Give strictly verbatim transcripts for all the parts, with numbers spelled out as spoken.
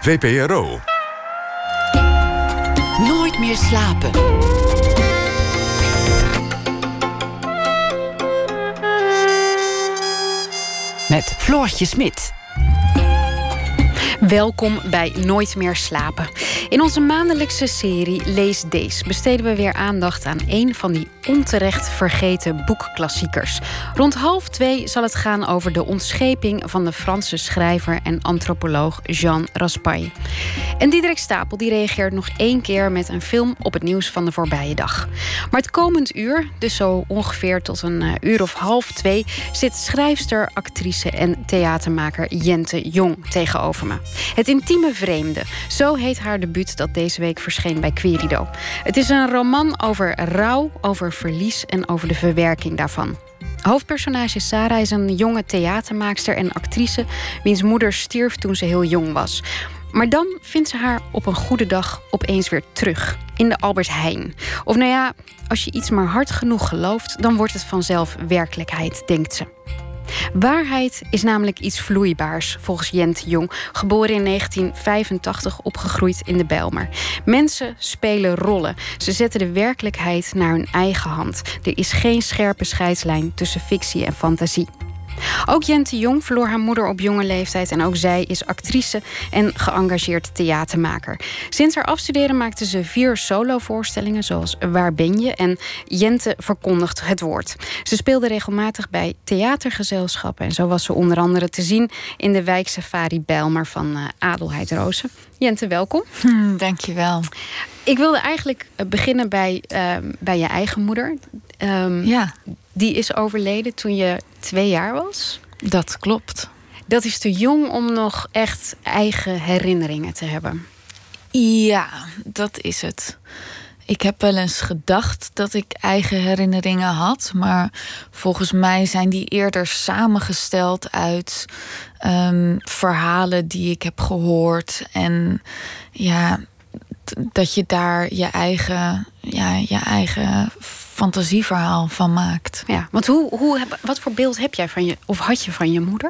V P R O. Nooit meer slapen. Met Floortje Smit. Welkom bij Nooit meer slapen. In onze maandelijkse serie Lees Deze besteden we weer aandacht aan een van die onterecht vergeten boekklassiekers. Rond half twee zal het gaan over de ontscheping van de Franse schrijver en antropoloog Jean Raspail. En Diederik Stapel die reageert nog één keer met een film op het nieuws van de voorbije dag. Maar het komend uur, dus zo ongeveer tot een uh, uur of half twee, zit schrijfster, actrice en theatermaker Jente Jong tegenover me. Het intieme vreemde, zo heet haar debuut dat deze week verscheen bij Querido. Het is een roman over rouw, over verlies en over de verwerking daarvan. Hoofdpersonage Sarah is een jonge theatermaakster en actrice wiens moeder stierf toen ze heel jong was. Maar dan vindt ze haar op een goede dag opeens weer terug, in de Albert Heijn. Of nou ja, als je iets maar hard genoeg gelooft, dan wordt het vanzelf werkelijkheid, denkt ze. Waarheid is namelijk iets vloeibaars, volgens Jente Jong, geboren in negentien vijfentachtig, opgegroeid in de Bijlmer. Mensen spelen rollen. Ze zetten de werkelijkheid naar hun eigen hand. Er is geen scherpe scheidslijn tussen fictie en fantasie. Ook Jente Jong verloor haar moeder op jonge leeftijd en ook zij is actrice en geëngageerd theatermaker. Sinds haar afstuderen maakte ze vier solovoorstellingen zoals Waar ben je? En Jente verkondigt het woord. Ze speelde regelmatig bij theatergezelschappen en zo was ze onder andere te zien in de wijksafari Bijlmer van uh, Adelheid Rozen. Jente, welkom. Hmm, dankjewel. Ik wilde eigenlijk beginnen bij, uh, bij je eigen moeder. Um, ja. Die is overleden toen je twee jaar was. Dat klopt. Dat is te jong om nog echt eigen herinneringen te hebben. Ja, dat is het. Ik heb wel eens gedacht dat ik eigen herinneringen had, maar volgens mij zijn die eerder samengesteld uit um, verhalen die ik heb gehoord. En ja, t- dat je daar je eigen, ja, je eigen fantasieverhaal van maakt. Ja, want hoe, hoe, wat voor beeld heb jij van je, of had je van je moeder?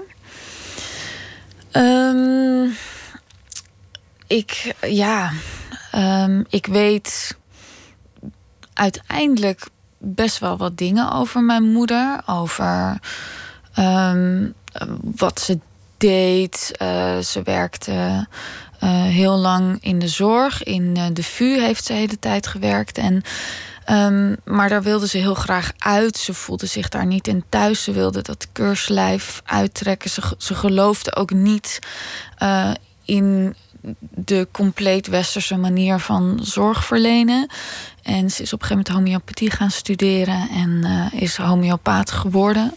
Um, ik, ja, um, ik weet uiteindelijk best wel wat dingen over mijn moeder. Over um, wat ze deed. Uh, ze werkte uh, heel lang in de zorg. In uh, de V U heeft ze de hele tijd gewerkt. En Um, maar daar wilde ze heel graag uit. Ze voelde zich daar niet in thuis. Ze wilde dat keurslijf uittrekken. Ze, ze geloofde ook niet uh, in de compleet westerse manier van zorg verlenen. En ze is op een gegeven moment homeopathie gaan studeren en uh, is homeopaat geworden.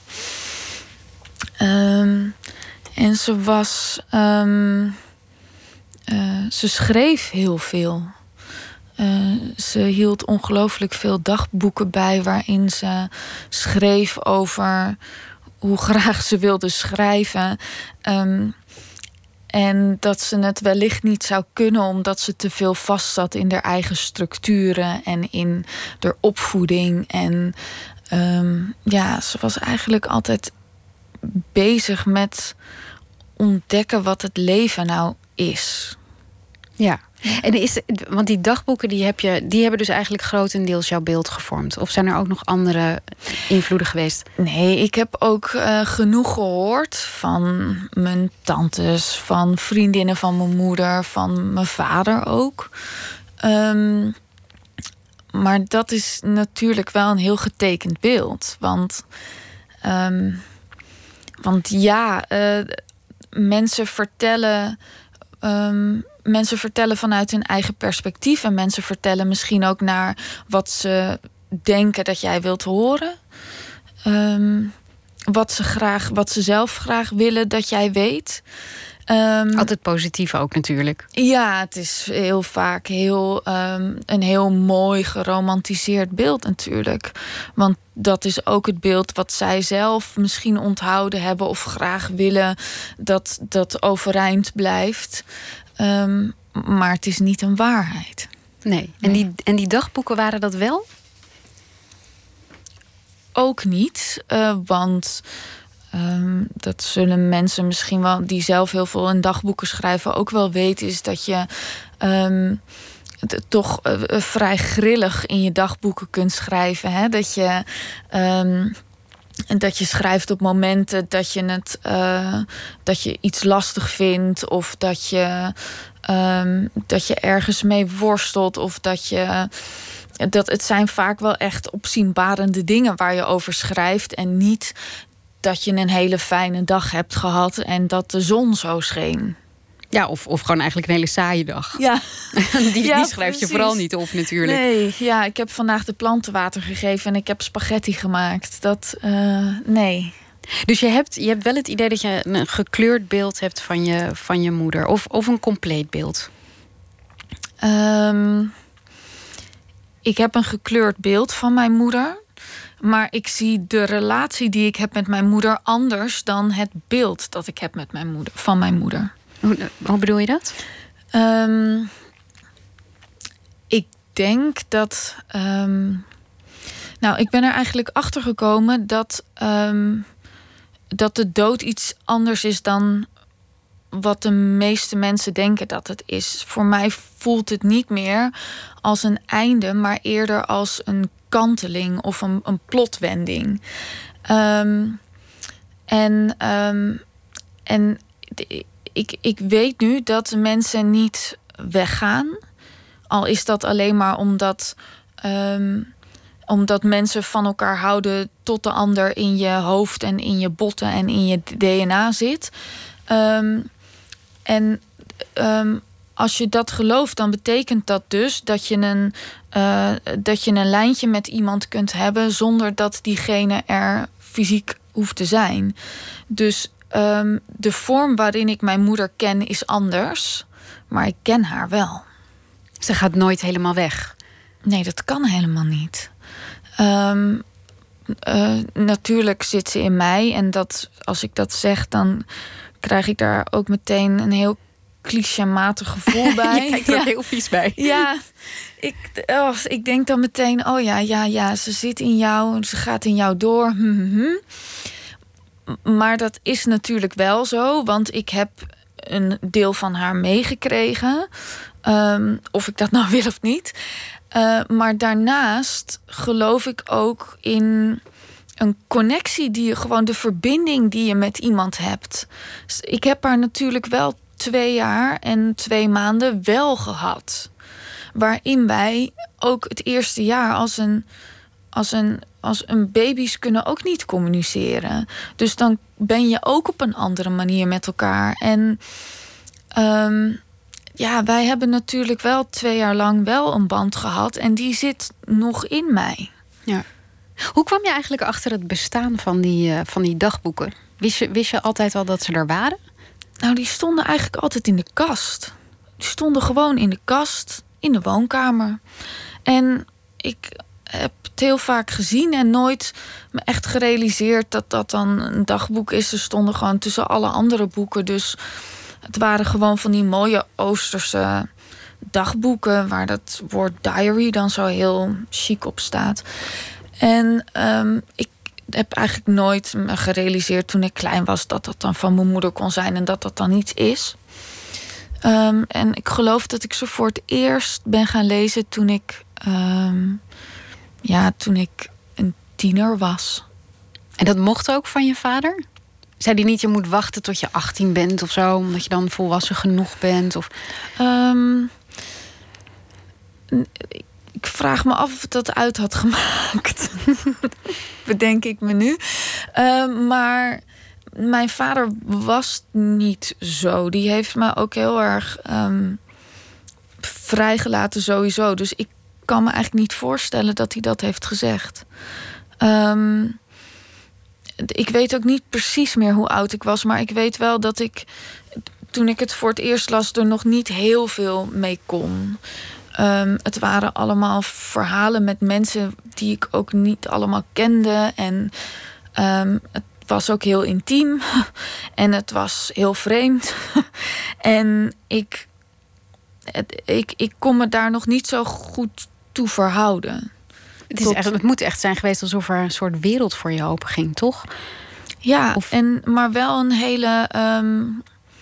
Um, en ze was... Um, uh, ze schreef heel veel. Uh, ze hield ongelooflijk veel dagboeken bij waarin ze schreef over hoe graag ze wilde schrijven. Um, en dat ze het wellicht niet zou kunnen omdat ze te veel vastzat in haar eigen structuren en in haar opvoeding. En um, ja, ze was eigenlijk altijd bezig met ontdekken wat het leven nou is. Ja. En is, want die dagboeken die heb je, die hebben dus eigenlijk grotendeels jouw beeld gevormd. Of zijn er ook nog andere invloeden geweest? Nee, ik heb ook uh, genoeg gehoord van mijn tantes, van vriendinnen van mijn moeder, van mijn vader ook. Um, maar dat is natuurlijk wel een heel getekend beeld. Want, um, want ja, uh, mensen vertellen... Um, Mensen vertellen vanuit hun eigen perspectief. En mensen vertellen misschien ook naar wat ze denken dat jij wilt horen. Um, wat ze graag, wat ze zelf graag willen dat jij weet. Um, Altijd positief ook natuurlijk. Ja, het is heel vaak heel, um, een heel mooi geromantiseerd beeld natuurlijk. Want dat is ook het beeld wat zij zelf misschien onthouden hebben of graag willen dat dat overeind blijft. Um, maar het is niet een waarheid. Nee. En, die, en die dagboeken waren dat wel? Ook niet, uh, want um, dat zullen mensen misschien wel die zelf heel veel in dagboeken schrijven ook wel weten, is dat je um, het, toch uh, vrij grillig in je dagboeken kunt schrijven. Hè? Dat je um, dat je schrijft op momenten dat je het uh, dat je iets lastig vindt, of dat je um, dat je ergens mee worstelt, of dat je dat het zijn vaak wel echt opzienbarende dingen waar je over schrijft, en niet dat je een hele fijne dag hebt gehad en dat de zon zo scheen. Ja, of, of gewoon eigenlijk een hele saaie dag. Ja. die, ja, die schrijf precies. je vooral niet op natuurlijk. Nee, ja, ik heb vandaag de planten water gegeven en ik heb spaghetti gemaakt. Dat, uh, nee. Dus je hebt, je hebt wel het idee dat je een gekleurd beeld hebt van je, van je moeder. Of, of een compleet beeld? Um, ik heb een gekleurd beeld van mijn moeder. Maar ik zie de relatie die ik heb met mijn moeder anders dan het beeld dat ik heb met mijn moeder, van mijn moeder. Hoe, hoe bedoel je dat? Um, ik denk dat... Um, nou, ik ben er eigenlijk achter gekomen dat, um, dat de dood iets anders is dan wat de meeste mensen denken dat het is. Voor mij voelt het niet meer als een einde, maar eerder als een kanteling of een, een plotwending. Um, en um, en de, ik, ik weet nu dat mensen niet weggaan. Al is dat alleen maar omdat, um, omdat mensen van elkaar houden tot de ander in je hoofd en in je botten en in je D N A zit. Um, en um, als je dat gelooft, dan betekent dat dus dat je een, uh, dat je een lijntje met iemand kunt hebben zonder dat diegene er fysiek hoeft te zijn. Dus um, de vorm waarin ik mijn moeder ken is anders, maar ik ken haar wel. Ze gaat nooit helemaal weg. Nee, dat kan helemaal niet. Um, uh, natuurlijk zit ze in mij, en dat, als ik dat zeg, dan krijg ik daar ook meteen een heel clichématig gevoel bij. Je kijkt er ja. ook heel vies bij. Ja, ik, oh, ik denk dan meteen, oh ja, ja, ja, ze zit in jou, ze gaat in jou door. Mm-hmm. Maar dat is natuurlijk wel zo, want ik heb een deel van haar meegekregen. Um, of ik dat nou wil of niet. Uh, maar daarnaast geloof ik ook in een connectie die je gewoon, de verbinding die je met iemand hebt. Ik heb haar natuurlijk wel twee jaar en twee maanden wel gehad. Waarin wij ook het eerste jaar als een, als een, als een baby's kunnen ook niet communiceren. Dus dan ben je ook op een andere manier met elkaar. En um, ja, wij hebben natuurlijk wel twee jaar lang wel een band gehad. En die zit nog in mij. Ja. Hoe kwam je eigenlijk achter het bestaan van die, uh, van die dagboeken? Wist je, wist je altijd al dat ze er waren? Nou, die stonden eigenlijk altijd in de kast. Die stonden gewoon in de kast, in de woonkamer. En ik heb het heel vaak gezien en nooit me echt gerealiseerd dat dat dan een dagboek is. Ze stonden gewoon tussen alle andere boeken. Dus het waren gewoon van die mooie Oosterse dagboeken waar dat woord diary dan zo heel chic op staat. En um, ik heb eigenlijk nooit me gerealiseerd toen ik klein was dat dat dan van mijn moeder kon zijn en dat dat dan iets is. Um, en ik geloof dat ik ze voor het eerst ben gaan lezen toen ik, um, ja, toen ik een tiener was. En dat mocht ook van je vader? Zei die niet, je moet wachten tot je achttien bent of zo, omdat je dan volwassen genoeg bent? Of... Um, ik vraag me af of het dat uit had gemaakt. Bedenk ik me nu. Uh, maar mijn vader was niet zo. Die heeft me ook heel erg um, vrijgelaten sowieso. Dus ik kan me eigenlijk niet voorstellen dat hij dat heeft gezegd. Um, ik weet ook niet precies meer hoe oud ik was. Maar ik weet wel dat ik, toen ik het voor het eerst las, er nog niet heel veel mee kon. Um, het waren allemaal verhalen met mensen die ik ook niet allemaal kende. En um, het was ook heel intiem. En het was heel vreemd. En ik, het, ik, ik kon me daar nog niet zo goed toe verhouden. Het, is Tot... echt, het moet echt zijn geweest alsof er een soort wereld voor je open ging, toch? Ja, Of... en, maar wel een hele... Um,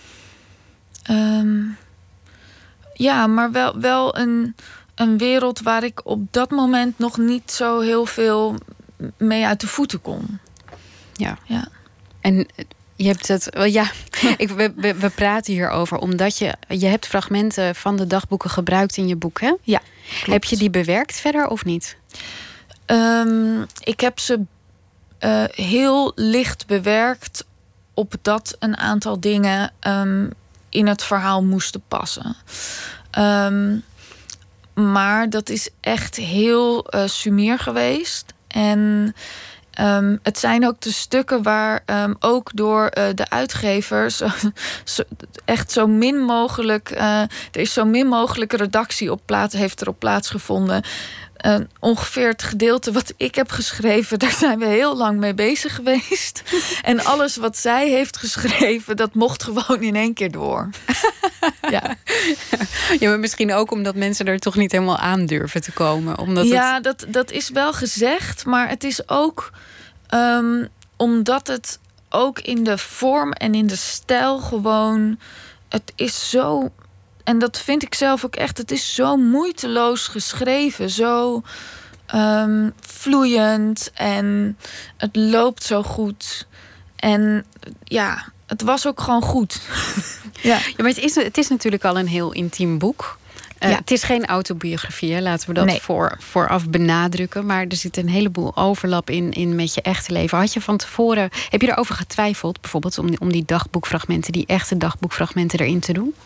um, ja, maar wel, wel een, een wereld waar ik op dat moment nog niet zo heel veel mee uit de voeten kon. Ja. Ja. En je hebt het... Well, ja, ik, we, we, we praten hierover omdat je... Je hebt fragmenten van de dagboeken gebruikt in je boek, hè? Ja, klopt. Heb je die bewerkt verder of niet? Um, ik heb ze uh, heel licht bewerkt... opdat een aantal dingen um, in het verhaal moesten passen. Um, maar dat is echt heel uh, sumier geweest. En um, het zijn ook de stukken waar um, ook door uh, de uitgever... Zo, zo, echt zo min mogelijk... Uh, er is zo min mogelijk redactie op plaats, heeft er op plaatsgevonden... Uh, ongeveer het gedeelte wat ik heb geschreven... daar zijn we heel lang mee bezig geweest. En alles wat zij heeft geschreven... dat mocht gewoon in één keer door. Ja. Ja, maar misschien ook omdat mensen er toch niet helemaal aan durven te komen. Omdat ja, het... dat, dat is wel gezegd. Maar het is ook um, omdat het ook in de vorm en in de stijl gewoon... Het is zo... En dat vind ik zelf ook echt. Het is zo moeiteloos geschreven. Zo um, vloeiend. En het loopt zo goed. En ja, het was ook gewoon goed. Ja, ja, maar het is, het is natuurlijk al een heel intiem boek. Uh, ja. Het is geen autobiografie, hè? Laten we dat nee. voor, vooraf benadrukken. Maar er zit een heleboel overlap in, in met je echte leven. Had je van tevoren... Heb je erover getwijfeld, bijvoorbeeld... om die, om die dagboekfragmenten, die echte dagboekfragmenten erin te doen?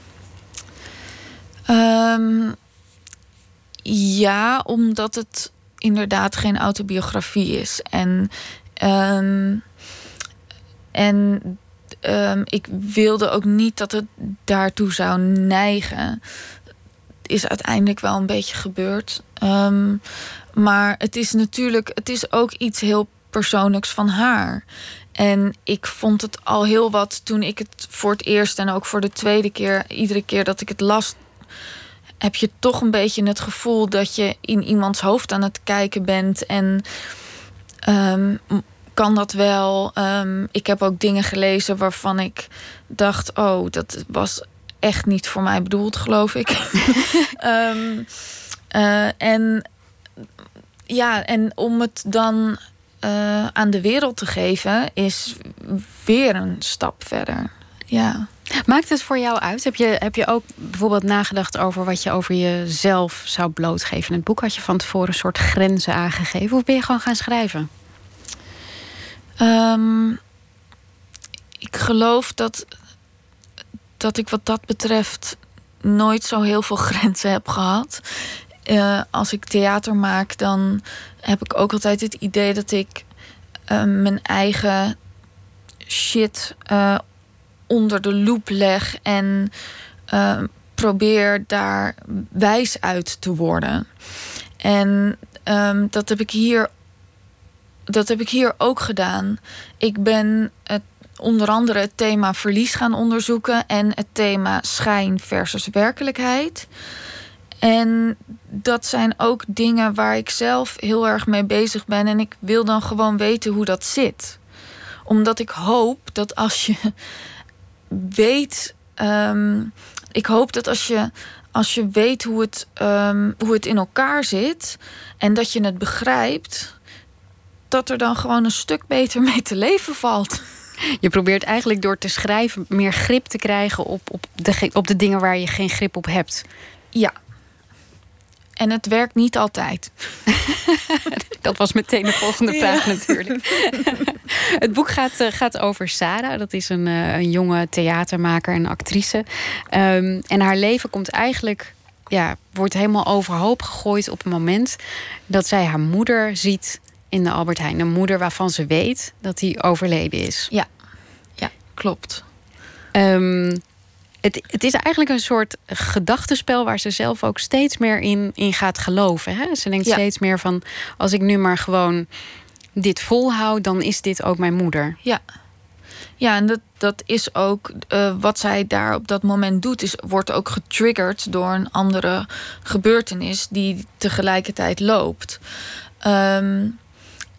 Um, ja, omdat het inderdaad geen autobiografie is. En, um, en um, ik wilde ook niet dat het daartoe zou neigen. Is uiteindelijk wel een beetje gebeurd. Um, maar het is natuurlijk, het is ook iets heel persoonlijks van haar. En ik vond het al heel wat toen ik het voor het eerst... en ook voor de tweede keer, iedere keer dat ik het las... heb je toch een beetje het gevoel dat je in iemands hoofd aan het kijken bent. En um, kan dat wel. Um, ik heb ook dingen gelezen waarvan ik dacht... oh, dat was echt niet voor mij bedoeld, geloof ik. um, uh, en ja, en om het dan uh, aan de wereld te geven... is weer een stap verder. Ja. Maakt het voor jou uit? Heb je, heb je ook bijvoorbeeld nagedacht over wat je over jezelf zou blootgeven in het boek? Had je van tevoren een soort grenzen aangegeven? Of ben je gewoon gaan schrijven? Um, ik geloof dat, dat ik wat dat betreft nooit zo heel veel grenzen heb gehad. Uh, als ik theater maak, dan heb ik ook altijd het idee dat ik uh, mijn eigen shit... Uh, onder de loep leg en uh, probeer daar wijs uit te worden. En um, dat heb ik hier dat heb ik hier ook gedaan. Ik ben het, onder andere het thema verlies gaan onderzoeken en het thema schijn versus werkelijkheid. En dat zijn ook dingen waar ik zelf heel erg mee bezig ben. En ik wil dan gewoon weten hoe dat zit. Omdat ik hoop dat als je weet... Um, ik hoop dat als je, als je weet hoe het, um, hoe het in elkaar zit... en dat je het begrijpt... dat er dan gewoon een stuk beter mee te leven valt. Je probeert eigenlijk door te schrijven meer grip te krijgen... op, op, de, op de dingen waar je geen grip op hebt. Ja. En het werkt niet altijd. Dat was meteen de volgende vraag ja. natuurlijk. Het boek gaat, uh, gaat over Sarah. Dat is een, uh, een jonge theatermaker en actrice. Um, en haar leven komt eigenlijk... Ja, wordt helemaal overhoop gegooid op het moment... dat zij haar moeder ziet in de Albert Heijn. Een moeder waarvan ze weet dat die overleden is. Ja, ja, klopt. Um, Het, het is eigenlijk een soort gedachtenspel... waar ze zelf ook steeds meer in, in gaat geloven. Hè? Ze denkt ja. steeds meer van... als ik nu maar gewoon dit volhoud... dan is dit ook mijn moeder. Ja, ja en dat, dat is ook... Uh, wat zij daar op dat moment doet... Is, wordt ook getriggerd door een andere gebeurtenis... die tegelijkertijd loopt. Um,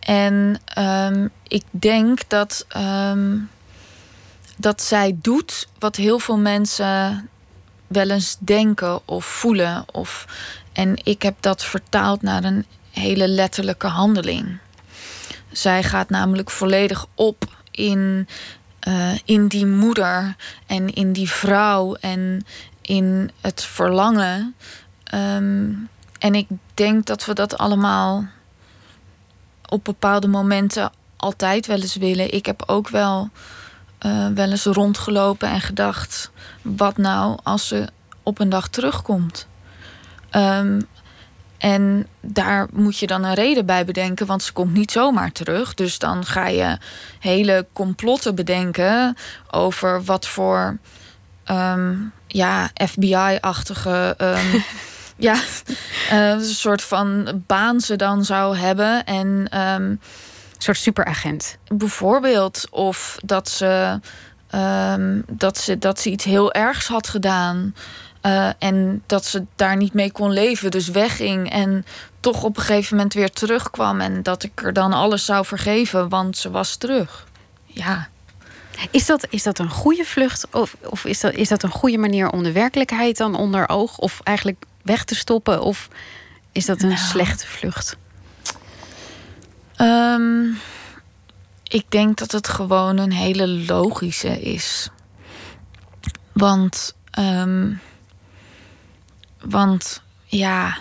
En um, ik denk dat, um, dat zij doet wat heel veel mensen wel eens denken of voelen. Of, en ik heb dat vertaald naar een hele letterlijke handeling. Zij gaat namelijk volledig op in, uh, in die moeder en in die vrouw en in het verlangen. Um, en ik denk dat we dat allemaal op bepaalde momenten altijd wel eens willen. Ik heb ook wel, uh, wel eens rondgelopen en gedacht, wat nou als ze op een dag terugkomt? Um, en daar moet je dan een reden bij bedenken, want ze komt niet zomaar terug. Dus dan ga je hele complotten bedenken over wat voor um, ja, F B I-achtige um, ja, uh, een soort van baan ze dan zou hebben. En um, een soort superagent. Bijvoorbeeld. Of dat ze, um, dat ze, dat ze iets heel ergs had gedaan. Uh, en dat ze daar niet mee kon leven, dus wegging. En toch op een gegeven moment weer terugkwam. En dat ik er dan alles zou vergeven, want ze was terug. Ja. Is dat, is dat een goede vlucht? Of, of is, dat, is dat een goede manier om de werkelijkheid dan onder oog of eigenlijk weg te stoppen? Of is dat een nou, slechte vlucht? Um, ik denk dat het gewoon een hele logische is. Want... Um, Want ja,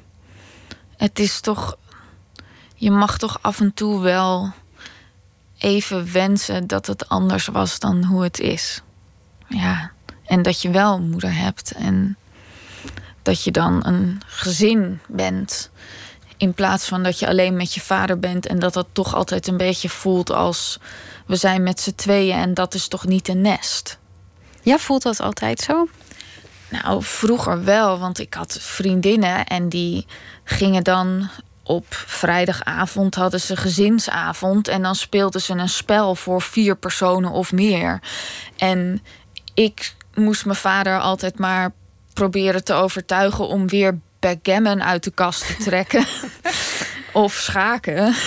het is toch... Je mag toch af en toe wel even wensen dat het anders was dan hoe het is. Ja, en dat je wel een moeder hebt. En dat je dan een gezin bent. In plaats van dat je alleen met je vader bent. En dat dat toch altijd een beetje voelt als... we zijn met z'n tweeën en dat is toch niet een nest. Ja, voelt dat altijd zo? Nou, vroeger wel, want ik had vriendinnen en die gingen dan op vrijdagavond hadden ze gezinsavond en dan speelden ze een spel voor vier personen of meer. En ik moest mijn vader altijd maar proberen te overtuigen om weer backgammon uit de kast te trekken of schaken.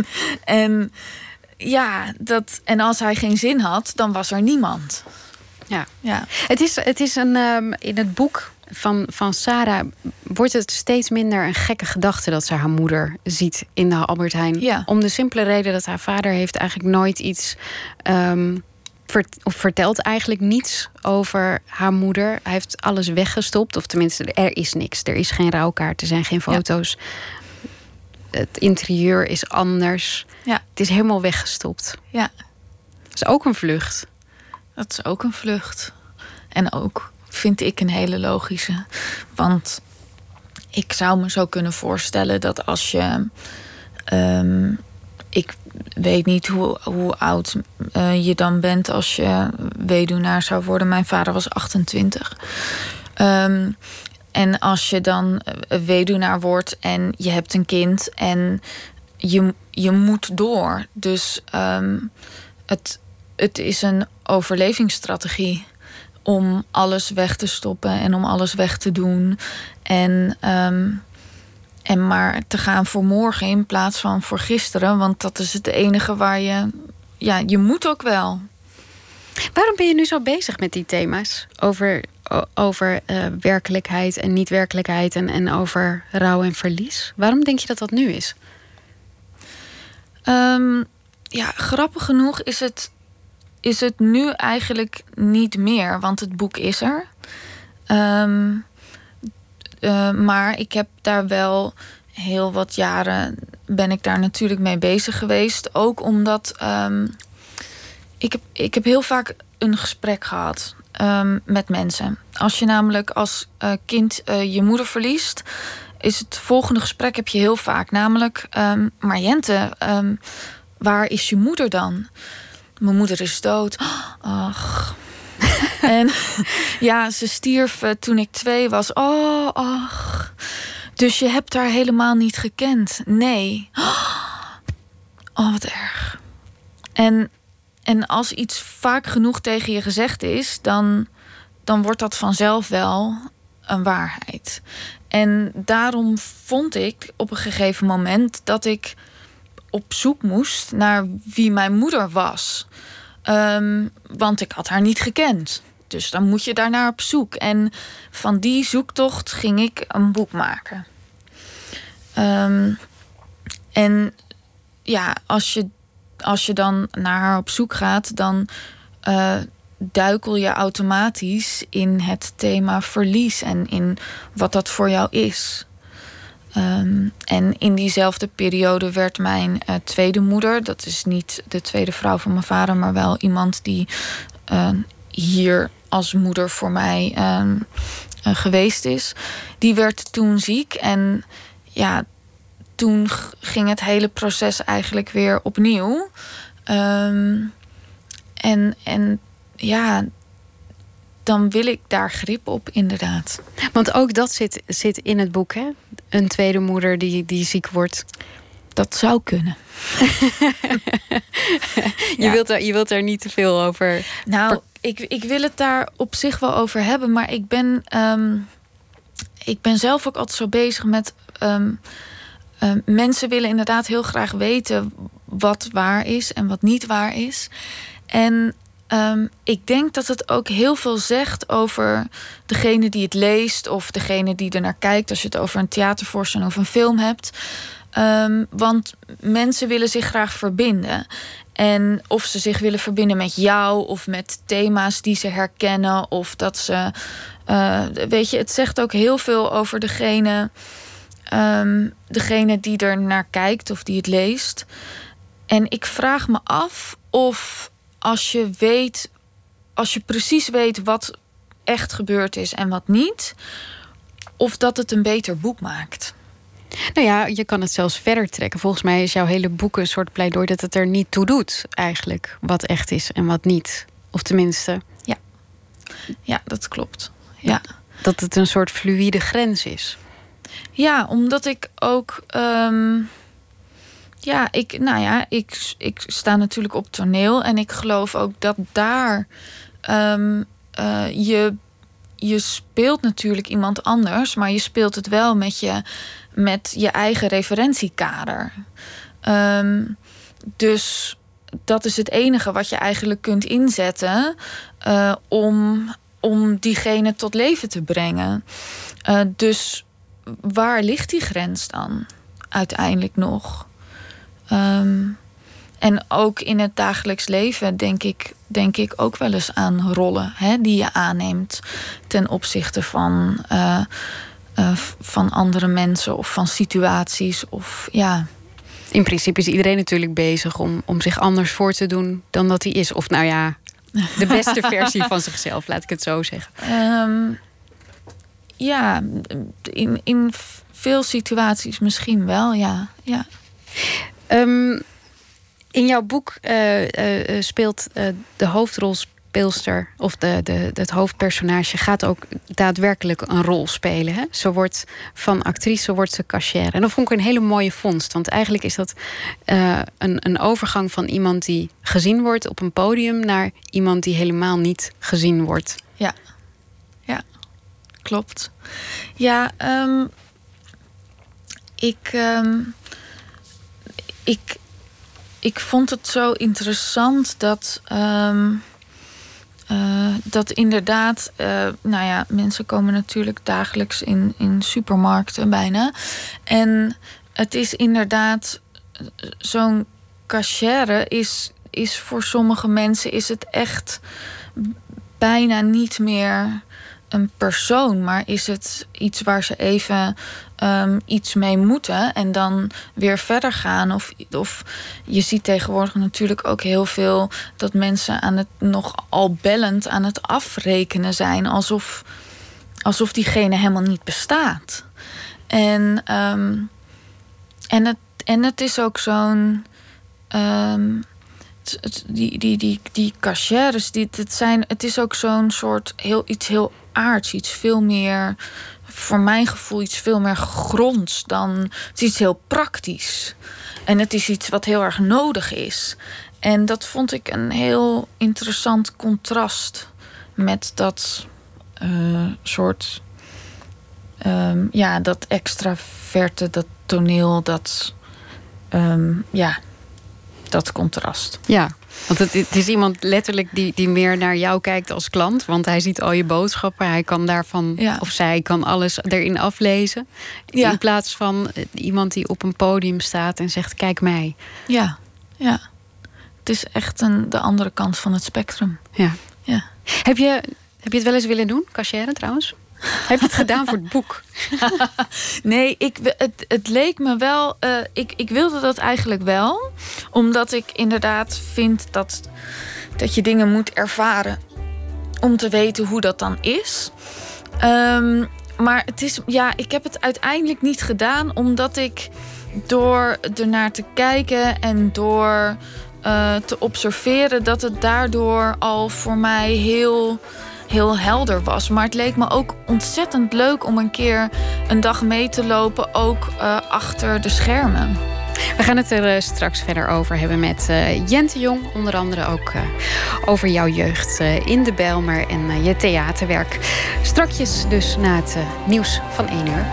En ja, dat, en als hij geen zin had, dan was er niemand. Ja. Ja. Het is, het is een, um, in het boek van, van Sarah wordt het steeds minder een gekke gedachte dat ze haar moeder ziet in de Albert Heijn. Ja. Om de simpele reden dat haar vader heeft eigenlijk nooit iets um, vert, of vertelt eigenlijk niets over haar moeder. Hij heeft alles weggestopt, of tenminste er is niks. Er is geen rouwkaart, er zijn geen foto's. Ja. Het interieur is anders. Ja. Het is helemaal weggestopt. Ja. Dat is ook een vlucht. Dat is ook een vlucht. En ook, vind ik, een hele logische. Want ik zou me zo kunnen voorstellen dat als je... Um, ik weet niet hoe, hoe oud uh, je dan bent als je weduwnaar zou worden. Mijn vader was achtentwintig. Um, en als je dan weduwnaar wordt en je hebt een kind... en je, je moet door. Dus um, het... Het is een overlevingsstrategie om alles weg te stoppen en om alles weg te doen. En, um, en maar te gaan voor morgen in plaats van voor gisteren. Want dat is het enige waar je... Ja, je moet ook wel. Waarom ben je nu zo bezig met die thema's? Over, over uh, werkelijkheid en niet-werkelijkheid en, en over rouw en verlies. Waarom denk je dat dat nu is? Um, ja, grappig genoeg is het... is het nu eigenlijk niet meer, want het boek is er. Um, uh, maar ik heb daar wel heel wat jaren... ben ik daar natuurlijk mee bezig geweest. Ook omdat... Um, ik, heb, ik heb heel vaak een gesprek gehad um, met mensen. Als je namelijk als uh, kind uh, je moeder verliest... is het volgende gesprek heb je heel vaak. Namelijk, um, maar Jente, um, waar is je moeder dan? Mijn moeder is dood. Ach. En ja, ze stierf uh, toen ik twee was. Oh, ach. Dus je hebt haar helemaal niet gekend. Nee. Oh, wat erg. En, en als iets vaak genoeg tegen je gezegd is... dan, dan wordt dat vanzelf wel een waarheid. En daarom vond ik op een gegeven moment dat ik op zoek moest naar wie mijn moeder was. Um, want ik had haar niet gekend. Dus dan moet je daarnaar op zoek. En van die zoektocht ging ik een boek maken. Um, en ja, als je, als je dan naar haar op zoek gaat, dan uh, duikel je automatisch in het thema verlies en in wat dat voor jou is. Um, en in diezelfde periode werd mijn uh, tweede moeder, dat is niet de tweede vrouw van mijn vader, maar wel iemand die uh, hier als moeder voor mij uh, uh, geweest is, die werd toen ziek. En ja, toen ging het hele proces eigenlijk weer opnieuw. Um, en, en ja, dan wil ik daar grip op, inderdaad. Want ook dat zit, zit in het boek, hè? Een tweede moeder die, die ziek wordt. Dat zou kunnen. je, ja. wilt er, je wilt er niet te veel over... Nou, ik, ik wil het daar op zich wel over hebben, maar ik ben, um, ik ben zelf ook altijd zo bezig met... Um, um, mensen willen inderdaad heel graag weten wat waar is en wat niet waar is. En um, ik denk dat het ook heel veel zegt over degene die het leest of degene die er naar kijkt, als je het over een theatervoorstelling of een film hebt. Um, want mensen willen zich graag verbinden. En of ze zich willen verbinden met jou of met thema's die ze herkennen, of dat ze... Uh, weet je, het zegt ook heel veel over degene, um, degene die er naar kijkt of die het leest. En ik vraag me af of als je weet, als je precies weet wat echt gebeurd is en wat niet, of dat het een beter boek maakt. Nou ja, je kan het zelfs verder trekken. Volgens mij is jouw hele boek een soort pleidooi dat het er niet toe doet, eigenlijk, wat echt is en wat niet. Of tenminste... Ja, ja, dat klopt. Ja. Dat het een soort fluïde grens is. Ja, omdat ik ook... Um, ja, ik, nou ja, ik, ik sta natuurlijk op toneel en ik geloof ook dat daar um, uh, je... Je speelt natuurlijk iemand anders, maar je speelt het wel met je, met je eigen referentiekader. Um, dus dat is het enige wat je eigenlijk kunt inzetten uh, om, om diegene tot leven te brengen. Uh, dus waar ligt die grens dan uiteindelijk nog? Um, En ook in het dagelijks leven denk ik, denk ik ook wel eens aan rollen, hè, die je aanneemt ten opzichte van, uh, uh, van andere mensen of van situaties. Of, ja. In principe is iedereen natuurlijk bezig om, om zich anders voor te doen dan dat hij is. Of nou ja, de beste versie van zichzelf, laat ik het zo zeggen. Um, ja, in, in veel situaties misschien wel, ja. ja. Um, In jouw boek uh, uh, speelt uh, de hoofdrolspeelster, of de, de, het hoofdpersonage, gaat ook daadwerkelijk een rol spelen. Hè? Ze wordt van actrice, wordt ze cashier. En dat vond ik een hele mooie vondst. Want eigenlijk is dat uh, een, een overgang van iemand die gezien wordt op een podium naar iemand die helemaal niet gezien wordt. Ja, ja, klopt. Ja, um, ik, um, ik, ik vond het zo interessant dat, um, uh, dat inderdaad, uh, nou ja, mensen komen natuurlijk dagelijks in, in supermarkten bijna. En het is inderdaad, zo'n cashier is, is voor sommige mensen is het echt bijna niet meer een persoon, maar is het iets waar ze even um, iets mee moeten en dan weer verder gaan. Of, of je ziet tegenwoordig natuurlijk ook heel veel dat mensen aan het nog al bellend aan het afrekenen zijn, alsof, alsof diegene helemaal niet bestaat. En, um, en, het, en het is ook zo'n Um, Het, die, die, die, die cashiers, die, het, zijn, het is ook zo'n soort heel, iets heel aards. Iets veel meer, voor mijn gevoel, iets veel meer gronds dan. Het is iets heel praktisch. En het is iets wat heel erg nodig is. En dat vond ik een heel interessant contrast met dat uh, soort. Um, ja, dat extraverte, dat toneel, dat um, ja, dat contrast. Ja, want het, het is iemand letterlijk die, die meer naar jou kijkt als klant. Want hij ziet al je boodschappen. Hij kan daarvan, ja. of zij kan alles erin aflezen. Ja. In plaats van iemand die op een podium staat en zegt, kijk mij. Ja, ja. Het is echt een, de andere kant van het spectrum. Ja. Ja. Heb je, heb je het wel eens willen doen, cashier trouwens? Heb je het gedaan voor het boek? Nee, ik, het, het leek me wel... Uh, ik, ik wilde dat eigenlijk wel. Omdat ik inderdaad vind dat, dat je dingen moet ervaren. Om te weten hoe dat dan is. Um, maar het is, ja, ik heb het uiteindelijk niet gedaan. Omdat ik door ernaar te kijken en door uh, te observeren... dat het daardoor al voor mij heel... heel helder was. Maar het leek me ook ontzettend leuk om een keer een dag mee te lopen, ook uh, achter de schermen. We gaan het er uh, straks verder over hebben met uh, Jente Jong. Onder andere ook uh, over jouw jeugd uh, in de Bijlmer en uh, je theaterwerk. Strakjes dus na het uh, nieuws van één uur.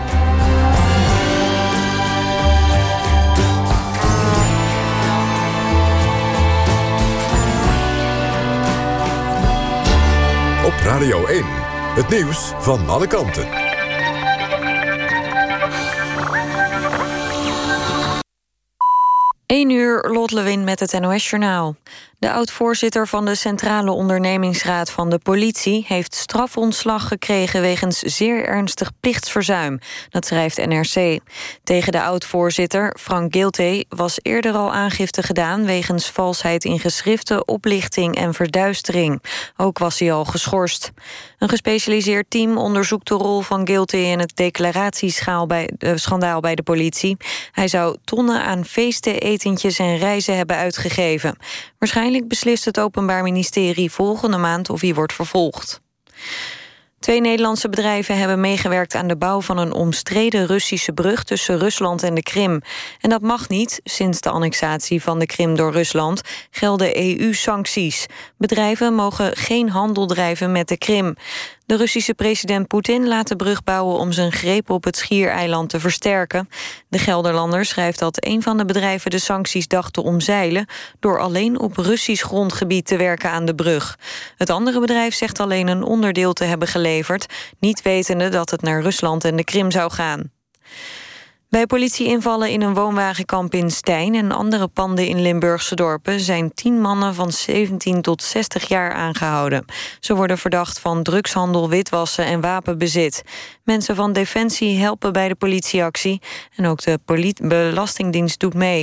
Op Radio één, het nieuws van alle kanten. één uur, Lot Lewin met het N O S-journaal. De oud-voorzitter van de Centrale Ondernemingsraad van de politie heeft strafontslag gekregen wegens zeer ernstig plichtsverzuim. Dat schrijft N R C. Tegen de oud-voorzitter, Frank Giltey, was eerder al aangifte gedaan wegens valsheid in geschriften, oplichting en verduistering. Ook was hij al geschorst. Een gespecialiseerd team onderzoekt de rol van Giltey in het declaratieschandaal bij, uh, schandaal bij de politie. Hij zou tonnen aan feesten, etentjes en reizen hebben uitgegeven. Waarschijnlijk beslist het Openbaar Ministerie volgende maand of hij wordt vervolgd. Twee Nederlandse bedrijven hebben meegewerkt aan de bouw van een omstreden Russische brug tussen Rusland en de Krim. En dat mag niet. Sinds de annexatie van de Krim door Rusland gelden E U-sancties. Bedrijven mogen geen handel drijven met de Krim. De Russische president Poetin laat de brug bouwen om zijn greep op het schiereiland te versterken. De Gelderlander schrijft dat een van de bedrijven de sancties dacht te omzeilen door alleen op Russisch grondgebied te werken aan de brug. Het andere bedrijf zegt alleen een onderdeel te hebben geleverd, niet wetende dat het naar Rusland en de Krim zou gaan. Bij politieinvallen in een woonwagenkamp in Stein en andere panden in Limburgse dorpen zijn tien mannen van zeventien tot zestig jaar aangehouden. Ze worden verdacht van drugshandel, witwassen en wapenbezit. Mensen van Defensie helpen bij de politieactie en ook de polit- Belastingdienst doet mee.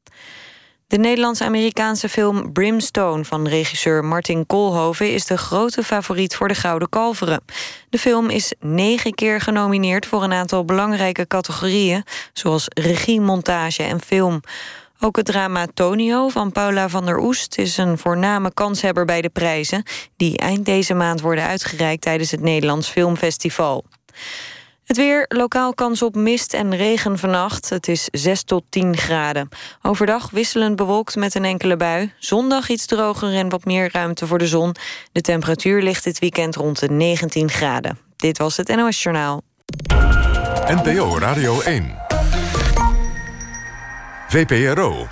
De Nederlands-Amerikaanse film Brimstone van regisseur Martin Koolhoven is de grote favoriet voor de Gouden Kalveren. De film is negen keer genomineerd voor een aantal belangrijke categorieën, zoals regie, montage en film. Ook het drama Tonio van Paula van der Oest is een voorname kanshebber bij de prijzen, die eind deze maand worden uitgereikt tijdens het Nederlands Filmfestival. Het weer, lokaal kans op mist en regen vannacht. Het is zes tot tien graden. Overdag wisselend bewolkt met een enkele bui. Zondag iets droger en wat meer ruimte voor de zon. De temperatuur ligt dit weekend rond de negentien graden. Dit was het N O S-journaal. N P O Radio één. V P R O.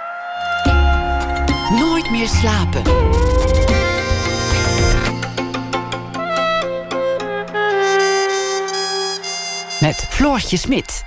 Nooit meer slapen. Met Floortje Smit.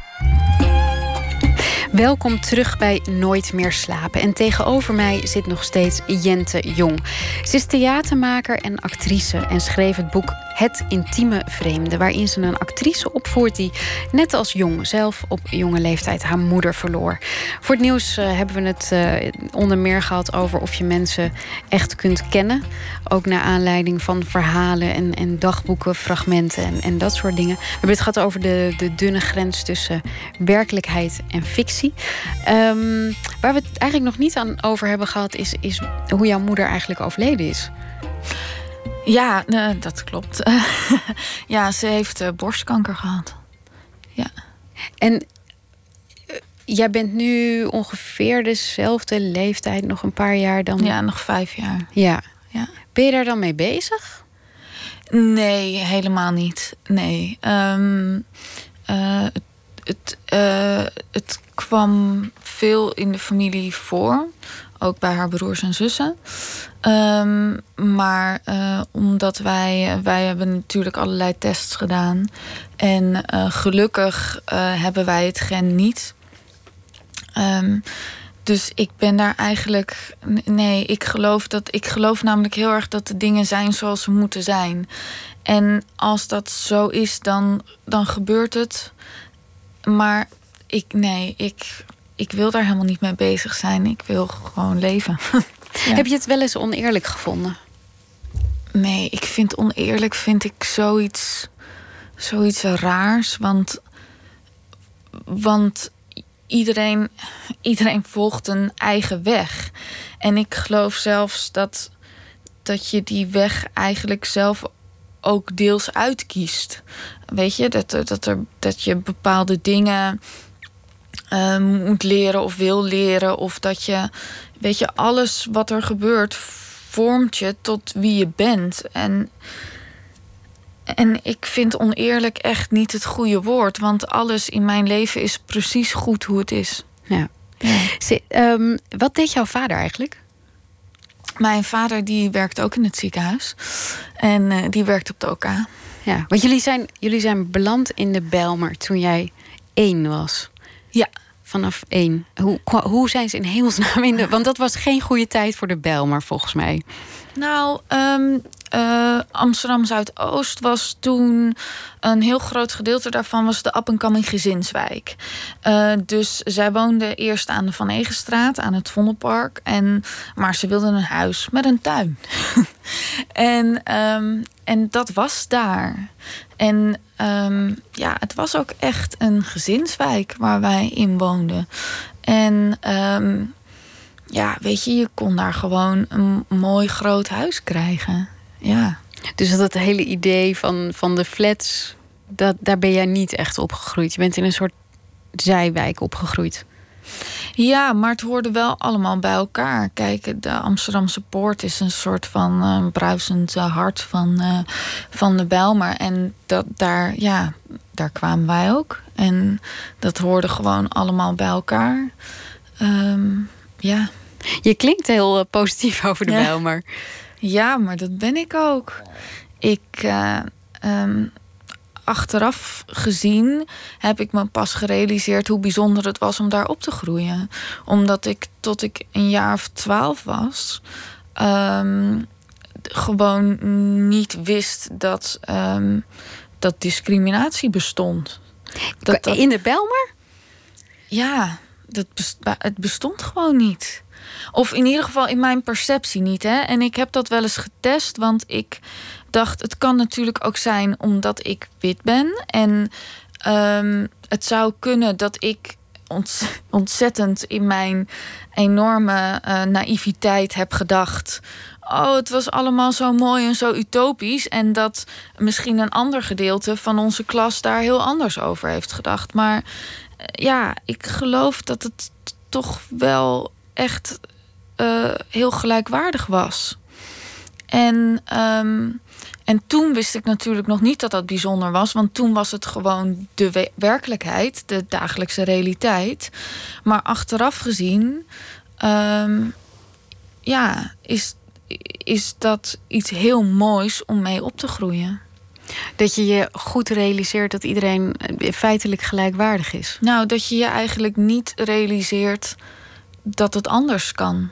Welkom terug bij Nooit meer slapen. En tegenover mij zit nog steeds Jente Jong. Ze is theatermaker en actrice en schreef het boek Het Intieme Vreemde, waarin ze een actrice opvoert die net als Jong zelf op jonge leeftijd haar moeder verloor. Voor het nieuws uh, hebben we het uh, onder meer gehad over of je mensen echt kunt kennen. Ook naar aanleiding van verhalen en, en dagboeken, fragmenten en, en dat soort dingen. We hebben het gehad over de, de dunne grens tussen werkelijkheid en fictie. Um, waar we het eigenlijk nog niet aan over hebben gehad is, is hoe jouw moeder eigenlijk overleden is. Ja, nee, dat klopt. Ja, ze heeft uh, borstkanker gehad. Ja. En uh, jij bent nu ongeveer dezelfde leeftijd, nog een paar jaar dan... Ja, nog vijf jaar. Ja. Ja. Ben je daar dan mee bezig? Nee, helemaal niet. Nee. Um, uh, het, uh, het kwam veel in de familie voor. Ook bij haar broers en zussen. Um, maar uh, omdat wij... Wij hebben natuurlijk allerlei tests gedaan. En uh, gelukkig uh, hebben wij het gen niet. Um, dus ik ben daar eigenlijk... Nee, ik geloof, dat, ik geloof namelijk heel erg dat de dingen zijn zoals ze moeten zijn. En als dat zo is, dan, dan gebeurt het. Maar ik, nee, ik, ik wil daar helemaal niet mee bezig zijn. Ik wil gewoon leven. Ja. Heb je het wel eens oneerlijk gevonden? Nee, ik vind oneerlijk vind ik zoiets, zoiets raars. Want, want iedereen, iedereen volgt een eigen weg. En ik geloof zelfs dat, dat je die weg eigenlijk zelf ook deels uitkiest. Weet je, dat, dat, er, dat je bepaalde dingen uh, moet leren of wil leren. Of dat je, weet je, alles wat er gebeurt vormt je tot wie je bent. En, en ik vind oneerlijk echt niet het goede woord. Want alles in mijn leven is precies goed hoe het is. Ja. Ja. Zit, um, wat deed jouw vader eigenlijk? Mijn vader die werkt ook in het ziekenhuis. En uh, die werkt op de O K. Ja, want jullie zijn, jullie zijn beland in de Bijlmer toen jij één was. Ja. Vanaf één. Hoe, hoe zijn ze in hemelsnaam in de... Want dat was geen goede tijd voor de Bijlmer, volgens mij. Nou, um, uh, Amsterdam Zuidoost was toen... een heel groot gedeelte daarvan was de up-and-coming gezinswijk. Uh, dus zij woonden eerst aan de Van Egenstraat, aan het Vondelpark. En, maar ze wilden een huis met een tuin. en, um, en dat was daar. En um, ja, het was ook echt een gezinswijk waar wij in woonden. En um, ja, weet je, je kon daar gewoon een mooi groot huis krijgen. Ja. Dus dat het hele idee van, van de flats, dat, daar ben jij niet echt opgegroeid. Je bent in een soort zijwijk opgegroeid. Ja, maar het hoorde wel allemaal bij elkaar. Kijk, de Amsterdamse Poort is een soort van uh, bruisend uh, hart van, uh, van de Bijlmer. En dat, daar, ja, daar kwamen wij ook. En dat hoorde gewoon allemaal bij elkaar. Um, ja. Je klinkt heel uh, positief over de ja. Bijlmer. Ja, maar dat ben ik ook. Ik... Uh, um, Achteraf gezien heb ik me pas gerealiseerd hoe bijzonder het was om daar op te groeien. Omdat ik tot ik een jaar of twaalf was, um, gewoon niet wist dat, um, dat discriminatie bestond. Dat, dat, in de Bijlmer? Ja, dat best, het bestond gewoon niet. Of in ieder geval in mijn perceptie niet. Hè? En ik heb dat wel eens getest, want ik dacht, het kan natuurlijk ook zijn omdat ik wit ben. En um, het zou kunnen dat ik ontzettend in mijn enorme uh, naïviteit heb gedacht, oh, het was allemaal zo mooi en zo utopisch. En dat misschien een ander gedeelte van onze klas daar heel anders over heeft gedacht. Maar uh, ja, ik geloof dat het toch wel echt uh, heel gelijkwaardig was. En, um, en toen wist ik natuurlijk nog niet dat dat bijzonder was. Want toen was het gewoon de we- werkelijkheid, de dagelijkse realiteit. Maar achteraf gezien, um, ja, is, is dat iets heel moois om mee op te groeien. Dat je je goed realiseert dat iedereen feitelijk gelijkwaardig is. Nou, dat je je eigenlijk niet realiseert dat het anders kan.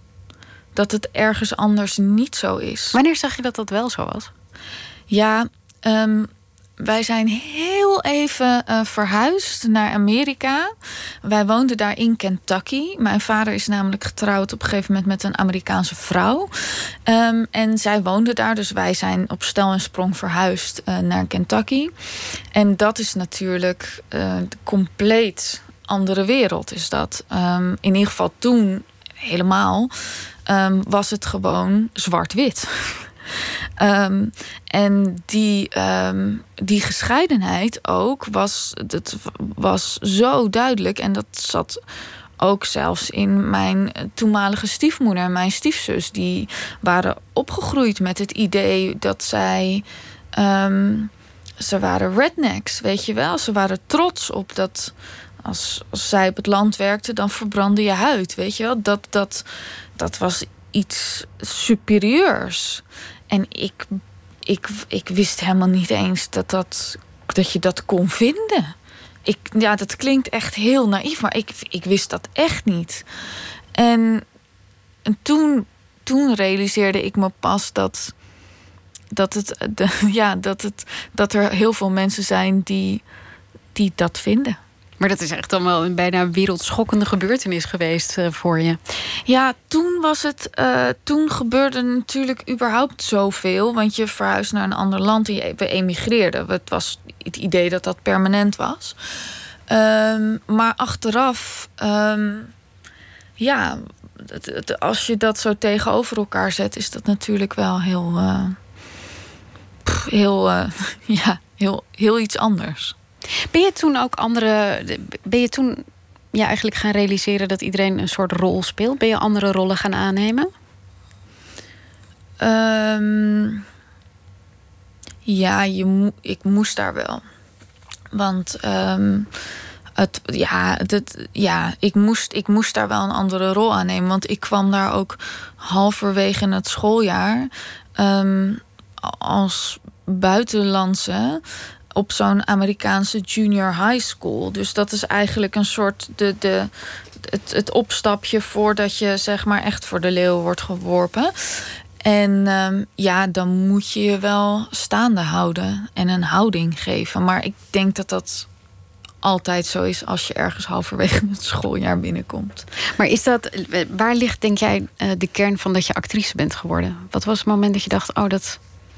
Dat het ergens anders niet zo is. Wanneer zag je dat dat wel zo was? Ja, um, wij zijn heel even uh, verhuisd naar Amerika. Wij woonden daar in Kentucky. Mijn vader is namelijk getrouwd op een gegeven moment met een Amerikaanse vrouw. Um, en zij woonde daar, dus wij zijn op stel en sprong verhuisd uh, naar Kentucky. En dat is natuurlijk uh, de compleet andere wereld is dat. Um, in ieder geval toen helemaal um, was het gewoon zwart-wit. Um, en die, um, die gescheidenheid ook was, dat was zo duidelijk. En dat zat ook zelfs in mijn toenmalige stiefmoeder en mijn stiefzus. Die waren opgegroeid met het idee dat zij um, ze waren rednecks, weet je wel. Ze waren trots op dat... Als, als zij op het land werkten, dan verbrandde je huid, weet je wel. Dat, dat, dat was iets superieurs. En ik, ik, ik wist helemaal niet eens dat, dat, dat je dat kon vinden. Ik, ja, dat klinkt echt heel naïef, maar ik, ik wist dat echt niet. En, en toen, toen realiseerde ik me pas dat, dat, het, de, ja, dat, het, dat er heel veel mensen zijn die, die dat vinden. Maar dat is echt dan wel een bijna wereldschokkende gebeurtenis geweest uh, voor je. Ja, toen was het. Uh, toen gebeurde natuurlijk überhaupt zoveel. Want je verhuist naar een ander land en je, we emigreerden. Het was het idee dat dat permanent was. Um, maar achteraf, um, ja, het, het, als je dat zo tegenover elkaar zet, is dat natuurlijk wel heel, uh, pff, heel, uh, ja, heel, heel iets anders. Ben je toen ook andere. Ben je toen ja, eigenlijk gaan realiseren dat iedereen een soort rol speelt? Ben je andere rollen gaan aannemen? Um, ja, je mo- ik moest daar wel. Want um, het, ja, het, ja, ik, moest, ik moest daar wel een andere rol aannemen. Want ik kwam daar ook halverwege het schooljaar um, als buitenlandse op zo'n Amerikaanse junior high school. Dus dat is eigenlijk een soort de, de, het, het opstapje voordat je zeg maar echt voor de leeuw wordt geworpen. En um, ja, dan moet je je wel staande houden en een houding geven. Maar ik denk dat dat altijd zo is als je ergens halverwege het schooljaar binnenkomt. Maar is dat, waar ligt, denk jij, de kern van dat je actrice bent geworden? Wat was het moment dat je dacht, oh, dat...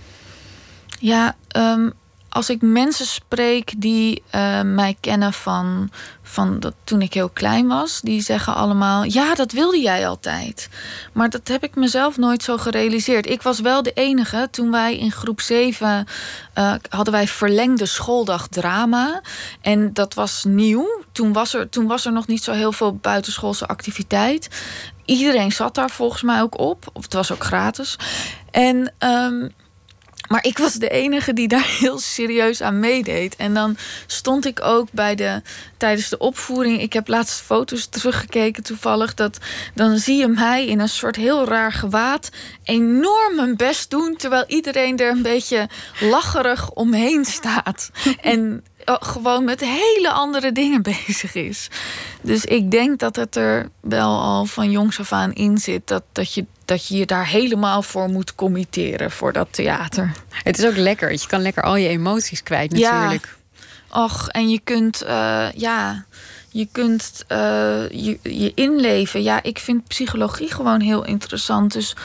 Ja, um, als ik mensen spreek die uh, mij kennen van, van dat, toen ik heel klein was, die zeggen allemaal, ja, dat wilde jij altijd. Maar dat heb ik mezelf nooit zo gerealiseerd. Ik was wel de enige. Toen wij in groep zeven uh, hadden wij verlengde schooldag drama. En dat was nieuw. Toen was er, toen was er nog niet zo heel veel buitenschoolse activiteit. Iedereen zat daar volgens mij ook op. Of het was ook gratis. En... Um, Maar ik was de enige die daar heel serieus aan meedeed. En dan stond ik ook bij de, tijdens de opvoering. Ik heb laatst foto's teruggekeken toevallig. Dat, dan zie je mij in een soort heel raar gewaad enorm mijn best doen, terwijl iedereen er een beetje lacherig omheen staat. En gewoon met hele andere dingen bezig is. Dus ik denk dat het er wel al van jongs af aan in zit. Dat, dat, je, dat je je daar helemaal voor moet committeren voor dat theater. Het is ook lekker. Je kan lekker al je emoties kwijt natuurlijk. Ja. Och, en je kunt... Uh, ja, je kunt uh, je, je inleven. Ja, ik vind psychologie gewoon heel interessant. Dus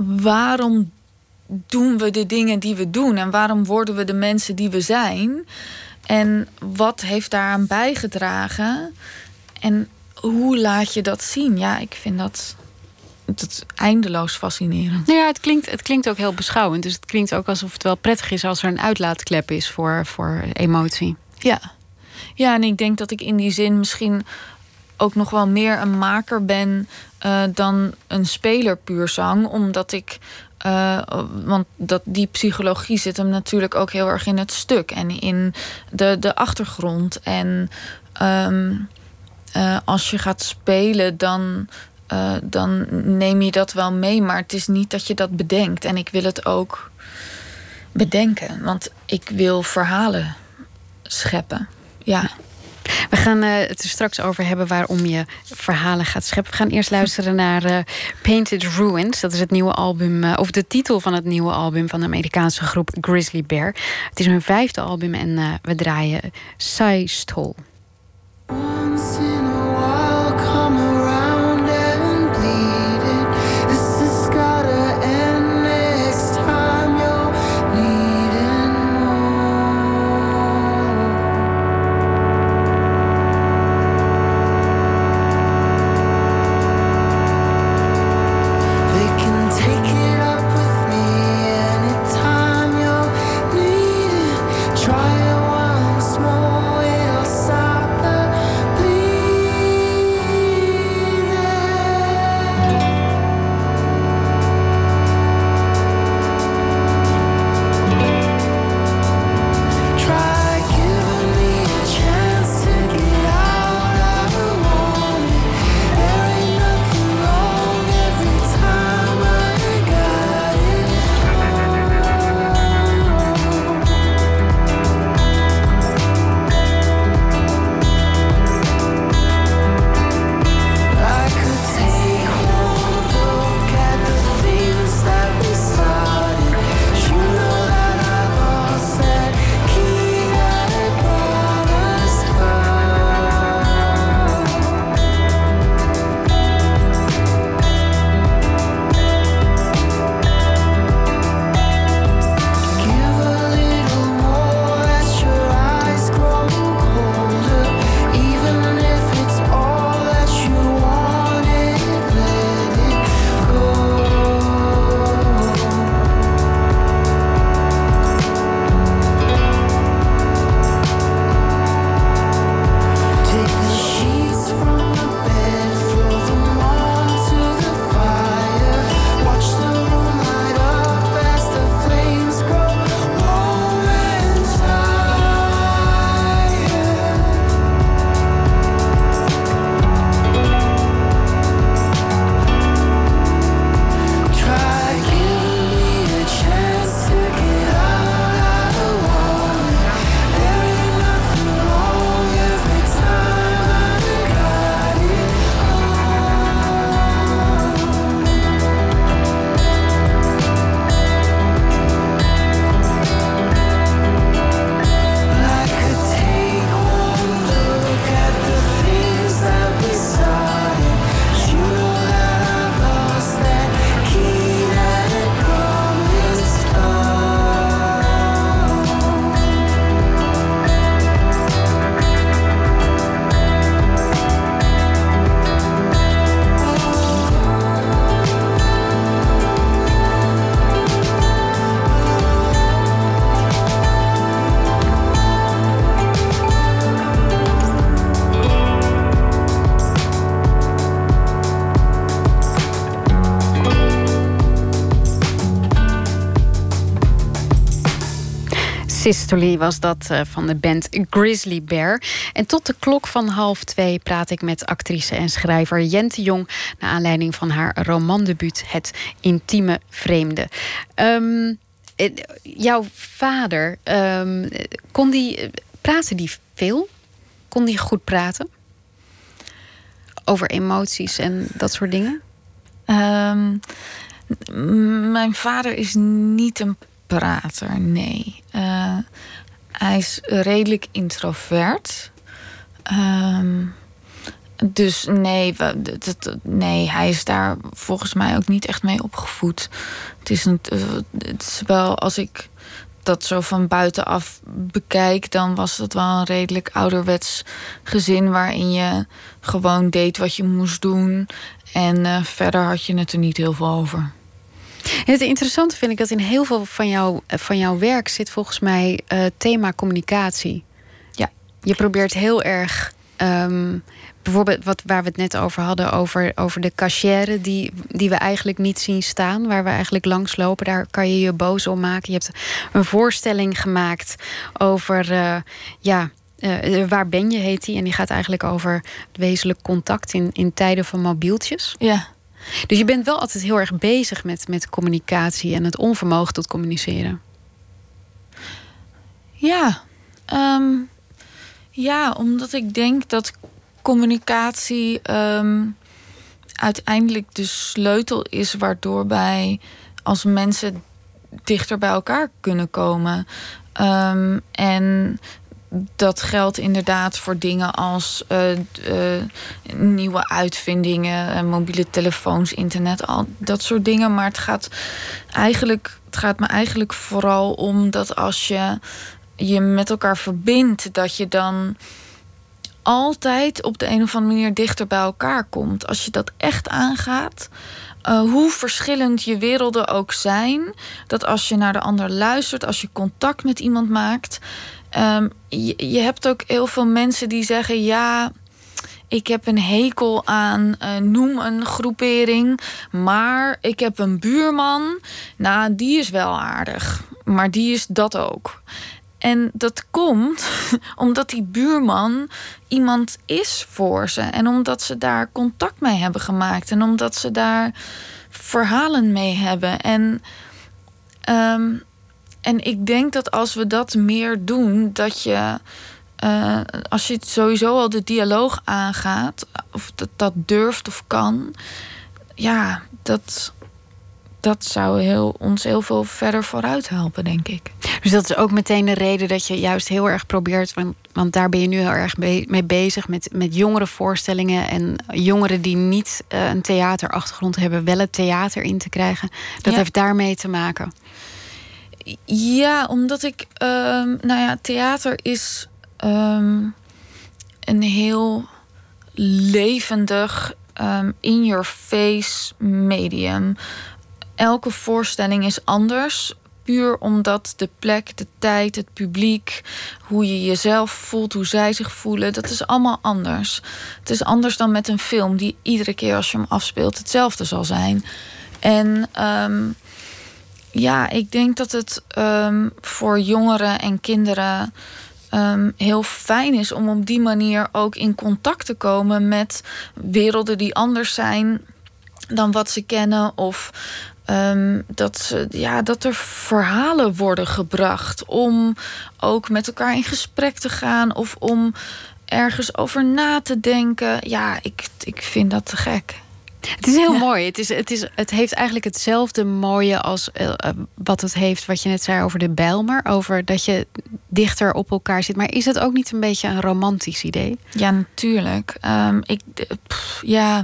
waarom doen we de dingen die we doen? En waarom worden we de mensen die we zijn? En wat heeft daaraan bijgedragen? En hoe laat je dat zien? Ja, ik vind dat, dat eindeloos fascinerend. Nou ja, het klinkt, het klinkt ook heel beschouwend. Dus het klinkt ook alsof het wel prettig is als er een uitlaatklep is voor, voor emotie. Ja. Ja, en ik denk dat ik in die zin misschien ook nog wel meer een maker ben uh, dan een speler puur zang. Omdat ik... Uh, want dat, die psychologie zit hem natuurlijk ook heel erg in het stuk en in de, de achtergrond. En um, uh, als je gaat spelen, dan, uh, dan neem je dat wel mee. Maar het is niet dat je dat bedenkt. En ik wil het ook bedenken. Want ik wil verhalen scheppen. Ja. We gaan uh, het er straks over hebben waarom je verhalen gaat scheppen. We gaan eerst luisteren naar uh, Painted Ruins. Dat is het nieuwe album, uh, of de titel van het nieuwe album van de Amerikaanse groep Grizzly Bear. Het is hun vijfde album en uh, we draaien Psy Stol. Try once more, it'll stop. Systole was dat uh, van de band Grizzly Bear. En tot de klok van half twee praat ik met actrice en schrijver Jente Jong... naar aanleiding van haar romandebuut Het Intieme Vreemde. Um, jouw vader, um, kon die, praatte die veel? Kon die goed praten? Over emoties en dat soort dingen? Um, mijn vader is niet een prater, nee. Uh, hij is redelijk introvert. Um, dus nee, dat, nee, hij is daar volgens mij ook niet echt mee opgevoed. Het is, een, het is wel, als ik dat zo van buitenaf bekijk, dan was het wel een redelijk ouderwets gezin waarin je gewoon deed wat je moest doen. En uh, verder had je het er niet heel veel over. Het interessante vind ik dat in heel veel van, jou, van jouw werk zit volgens mij uh, thema communicatie. Ja. Je probeert heel erg, um, bijvoorbeeld wat, waar we het net over hadden, over, over de cachère die, die we eigenlijk niet zien staan, waar we eigenlijk langslopen. Daar kan je je boos om maken. Je hebt een voorstelling gemaakt over, uh, ja, uh, Waar ben je, heet die. En die gaat eigenlijk over het wezenlijk contact in, in tijden van mobieltjes. Ja. Dus je bent wel altijd heel erg bezig met, met communicatie en het onvermogen tot communiceren. Ja, um, ja, omdat ik denk dat communicatie um, uiteindelijk de sleutel is waardoor wij als mensen dichter bij elkaar kunnen komen. Um, en dat geldt inderdaad voor dingen als uh, uh, nieuwe uitvindingen, uh, mobiele telefoons, internet, al dat soort dingen. Maar het gaat, eigenlijk, het gaat me eigenlijk vooral om dat als je je met elkaar verbindt, dat je dan altijd op de een of andere manier dichter bij elkaar komt. Als je dat echt aangaat, uh, hoe verschillend je werelden ook zijn, dat als je naar de ander luistert, als je contact met iemand maakt, Um, je, je hebt ook heel veel mensen die zeggen, ja, ik heb een hekel aan, uh, noem een groepering, maar ik heb een buurman, nou, die is wel aardig, maar die is dat ook. En dat komt omdat die buurman iemand is voor ze en omdat ze daar contact mee hebben gemaakt en omdat ze daar verhalen mee hebben. En um, En ik denk dat als we dat meer doen, dat je, uh, als je het sowieso al de dialoog aangaat, of dat, dat durft of kan, ja, dat, dat zou heel, ons heel veel verder vooruit helpen, denk ik. Dus dat is ook meteen de reden dat je juist heel erg probeert, want, want daar ben je nu heel erg be- mee bezig met, met jongere voorstellingen en jongeren die niet uh, een theaterachtergrond hebben, wel het theater in te krijgen. Dat ja. heeft daarmee te maken. Ja, omdat ik, um, nou ja, theater is um, een heel levendig, um, in-your-face medium. Elke voorstelling is anders, puur omdat de plek, de tijd, het publiek, hoe je jezelf voelt, hoe zij zich voelen, dat is allemaal anders. Het is anders dan met een film die iedere keer als je hem afspeelt hetzelfde zal zijn. En um, ja, ik denk dat het um, voor jongeren en kinderen um, heel fijn is om op die manier ook in contact te komen met werelden die anders zijn dan wat ze kennen. Of um, dat, ze, ja, dat er verhalen worden gebracht om ook met elkaar in gesprek te gaan of om ergens over na te denken. Ja, ik, ik vind dat te gek. Het is heel ja. mooi. Het, is, het, is, het heeft eigenlijk hetzelfde mooie als uh, wat het heeft, wat je net zei over de Bijlmer. Over dat je dichter op elkaar zit. Maar is het ook niet een beetje een romantisch idee? Ja, natuurlijk. Um, ik, pff, ja.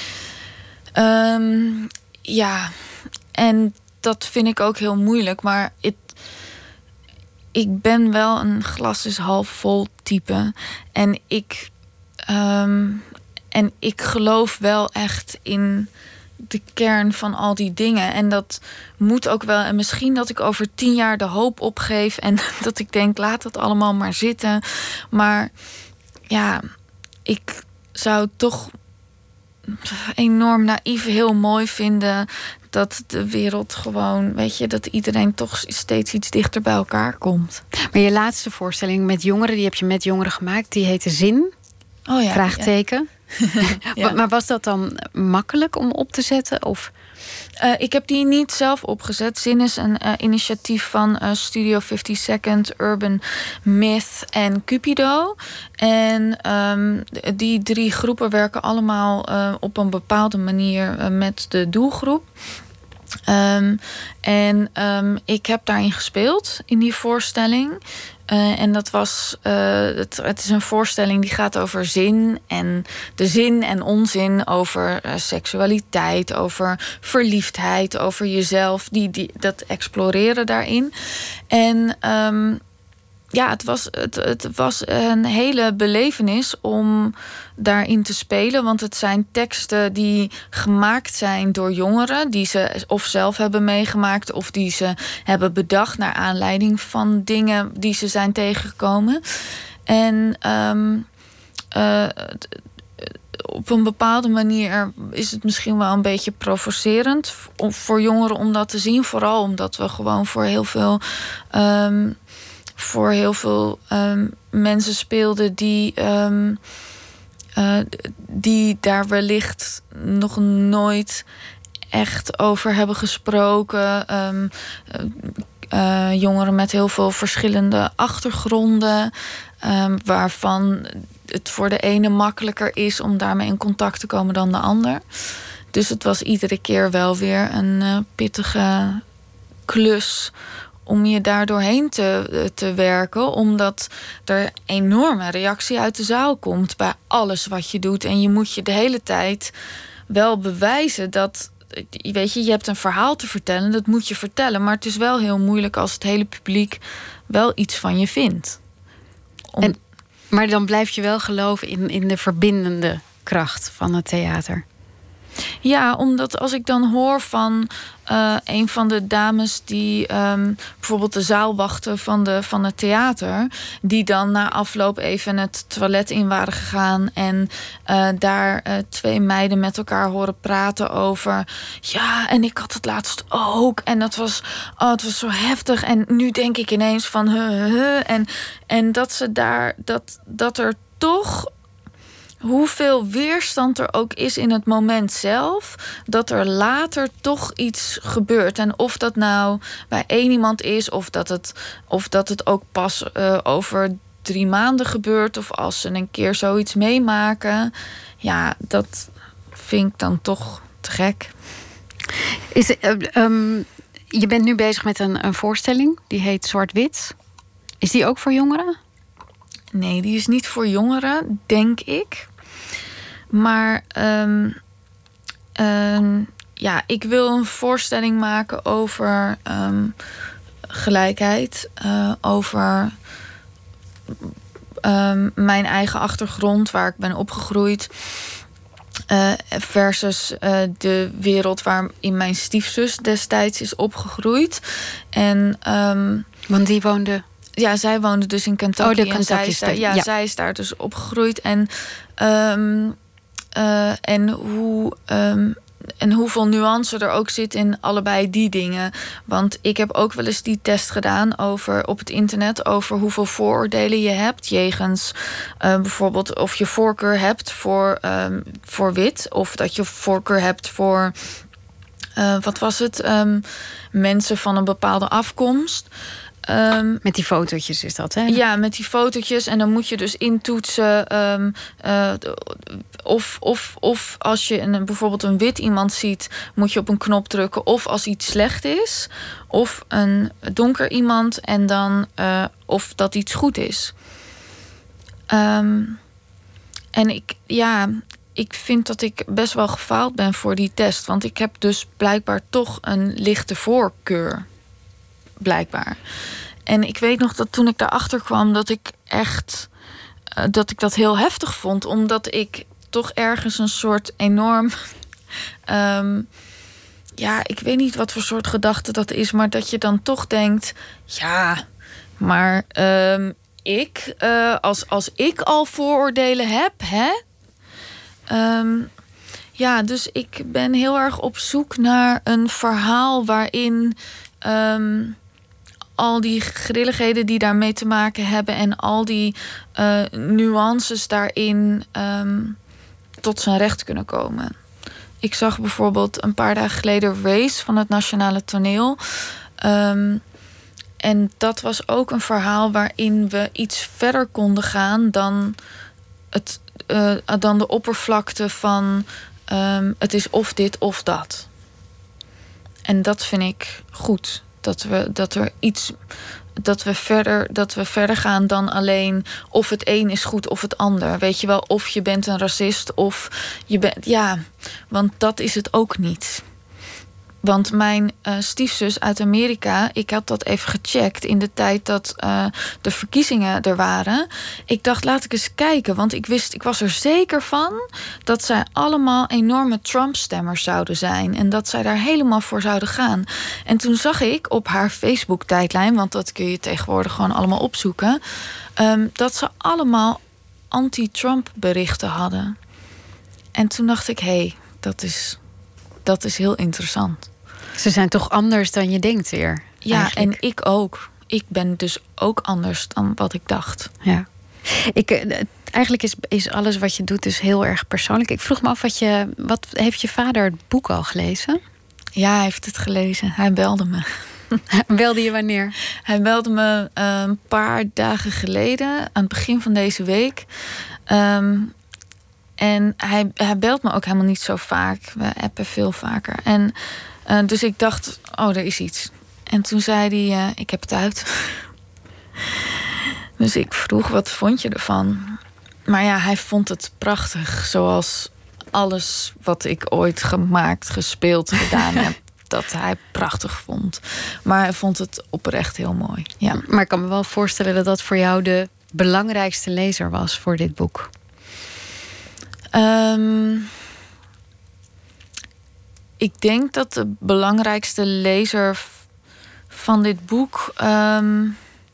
Um, ja. En dat vind ik ook heel moeilijk. Maar het, ik ben wel een glas is half vol type. En ik... Um, En ik geloof wel echt in de kern van al die dingen. En dat moet ook wel. En misschien dat ik over tien jaar de hoop opgeef. En dat ik denk, laat dat allemaal maar zitten. Maar ja, ik zou het toch enorm naïef heel mooi vinden dat de wereld gewoon, weet je, dat iedereen toch steeds iets dichter bij elkaar komt. Maar je laatste voorstelling met jongeren, die heb je met jongeren gemaakt, die heette Zin. Oh ja. Vraagteken. Ja. Ja. Maar was dat dan makkelijk om op te zetten? Of? Uh, ik heb die niet zelf opgezet. Zin is een uh, initiatief van uh, Studio fifty second, Urban Myth en Cupido. En um, die drie groepen werken allemaal uh, op een bepaalde manier uh, met de doelgroep. Um, en um, ik heb daarin gespeeld, in die voorstelling. Uh, en dat was, uh, het, het is een voorstelling die gaat over zin en de zin en onzin, over uh, seksualiteit, over verliefdheid, over jezelf, die, die, dat exploreren daarin. En um, ja, het was, het, het was een hele belevenis om daarin te spelen. Want het zijn teksten die gemaakt zijn door jongeren, die ze of zelf hebben meegemaakt of die ze hebben bedacht naar aanleiding van dingen die ze zijn tegengekomen. En um, uh, op een bepaalde manier is het misschien wel een beetje provocerend voor jongeren om dat te zien. Vooral omdat we gewoon voor heel veel Um, voor heel veel um, mensen speelden die, um, uh, die daar wellicht nog nooit echt over hebben gesproken. Um, uh, jongeren met heel veel verschillende achtergronden, um, waarvan het voor de ene makkelijker is om daarmee in contact te komen dan de ander. Dus het was iedere keer wel weer een uh, pittige klus om je daar doorheen te, te werken. Omdat er enorme reactie uit de zaal komt bij alles wat je doet. En je moet je de hele tijd wel bewijzen dat, weet je, je hebt een verhaal te vertellen. Dat moet je vertellen. Maar het is wel heel moeilijk als het hele publiek wel iets van je vindt. Om... En, maar dan blijf je wel geloven in, in de verbindende kracht van het theater. Ja, omdat als ik dan hoor van uh, een van de dames die um, bijvoorbeeld de zaal wachten van, de, van het theater, die dan na afloop even het toilet in waren gegaan en uh, daar uh, twee meiden met elkaar horen praten over, ja, en ik had het laatst ook en dat was, oh, het was zo heftig en nu denk ik ineens van huh, huh, huh. En, en dat ze daar, dat, dat er toch, hoeveel weerstand er ook is in het moment zelf, dat er later toch iets gebeurt. En of dat nou bij één iemand is, of dat het, of dat het ook pas uh, over drie maanden gebeurt, of als ze een keer zoiets meemaken, ja, dat vind ik dan toch te gek. Is, uh, um, je bent nu bezig met een, een voorstelling, die heet Zwart-Wit. Is die ook voor jongeren? Nee, die is niet voor jongeren, denk ik. Maar um, um, ja, ik wil een voorstelling maken over um, gelijkheid. Uh, over um, mijn eigen achtergrond, waar ik ben opgegroeid. Uh, versus uh, de wereld waarin mijn stiefzus destijds is opgegroeid. En, um, Want die woonde... Ja, zij woonde dus in Kentucky. Oh, de en Kentucky zij is daar, ja, ja, zij is daar dus opgegroeid. En, um, uh, en, hoe, um, en hoeveel nuance er ook zit in allebei die dingen. Want ik heb ook wel eens die test gedaan over, op het internet over hoeveel vooroordelen je hebt jegens uh, bijvoorbeeld of je voorkeur hebt voor, um, voor wit, of dat je voorkeur hebt voor uh, wat was het? Um, mensen van een bepaalde afkomst. Um, met die fotootjes is dat, hè? Ja, met die fotootjes. En dan moet je dus intoetsen um, uh, of, of, of als je een, bijvoorbeeld een wit iemand ziet, moet je op een knop drukken. Of als iets slecht is. Of een donker iemand en dan uh, of dat iets goed is. Um, en ik, ja, ik vind dat ik best wel gefaald ben voor die test. Want ik heb dus blijkbaar toch een lichte voorkeur. Blijkbaar. En ik weet nog dat toen ik daarachter kwam, dat ik echt uh, dat ik dat heel heftig vond, omdat ik toch ergens een soort enorm um, ja, ik weet niet wat voor soort gedachte dat is, maar dat je dan toch denkt, ja, maar um, ik, uh, als, als ik al vooroordelen heb, hè? Um, Ja, dus ik ben heel erg op zoek naar een verhaal waarin um, al die grilligheden die daarmee te maken hebben en al die uh, nuances daarin um, tot zijn recht kunnen komen. Ik zag bijvoorbeeld een paar dagen geleden Race van het Nationale Toneel. Um, en dat was ook een verhaal waarin we iets verder konden gaan dan, het, uh, dan de oppervlakte van um, het is of dit of dat. En dat vind ik goed. Dat we, dat er iets. Dat we, verder, dat we verder gaan dan alleen of het een is goed of het ander. Weet je wel, of je bent een racist of je bent. Ja, want dat is het ook niet. Want mijn uh, stiefzus uit Amerika, ik had dat even gecheckt in de tijd dat uh, de verkiezingen er waren. Ik dacht, laat ik eens kijken, want ik wist, ik was er zeker van dat zij allemaal enorme Trump-stemmers zouden zijn en dat zij daar helemaal voor zouden gaan. En toen zag ik op haar Facebook-tijdlijn, want dat kun je tegenwoordig gewoon allemaal opzoeken, um, dat ze allemaal anti-Trump berichten hadden. En toen dacht ik, hé, hey, dat is, dat is heel interessant. Ze zijn toch anders dan je denkt weer. Ja, eigenlijk. En ik ook. Ik ben dus ook anders dan wat ik dacht. Ja. Ik, eigenlijk is, is alles wat je doet dus heel erg persoonlijk. Ik vroeg me af, wat, je, wat heeft je vader het boek al gelezen? Ja, hij heeft het gelezen. Hij belde me. Belde je wanneer? Hij belde me uh, een paar dagen geleden, aan het begin van deze week. Um, en hij, hij belt me ook helemaal niet zo vaak. We appen veel vaker. En uh, dus ik dacht, oh, er is iets. En toen zei hij, uh, ik heb het uit. Dus ik vroeg, wat vond je ervan? Maar ja, hij vond het prachtig. Zoals alles wat ik ooit gemaakt, gespeeld, gedaan heb. Dat hij prachtig vond. Maar hij vond het oprecht heel mooi. Ja. Maar ik kan me wel voorstellen dat dat voor jou de belangrijkste lezer was voor dit boek. Um, ik denk dat de belangrijkste lezer van dit boek... Um,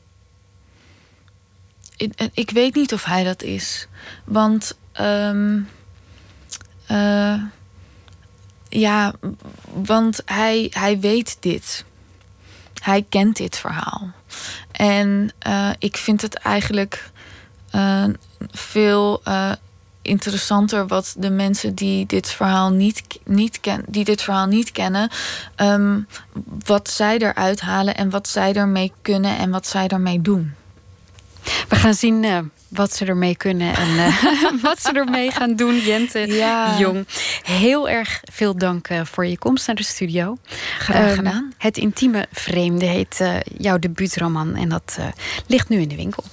ik, ik weet niet of hij dat is. Want... Um, uh, ja, want hij, hij weet dit. Hij kent dit verhaal. En uh, ik vind het eigenlijk uh, veel... Uh, interessanter wat de mensen die dit verhaal niet, niet, ken, die dit verhaal niet kennen... Um, wat zij eruit halen en wat zij ermee kunnen en wat zij ermee doen. We gaan zien uh, wat ze ermee kunnen en uh, wat ze ermee gaan doen, Jente ja. Jong. Heel erg veel dank uh, voor je komst naar de studio. Graag gedaan. Um, Het Intieme Vreemde heet uh, jouw debuutroman en dat uh, ligt nu in de winkel.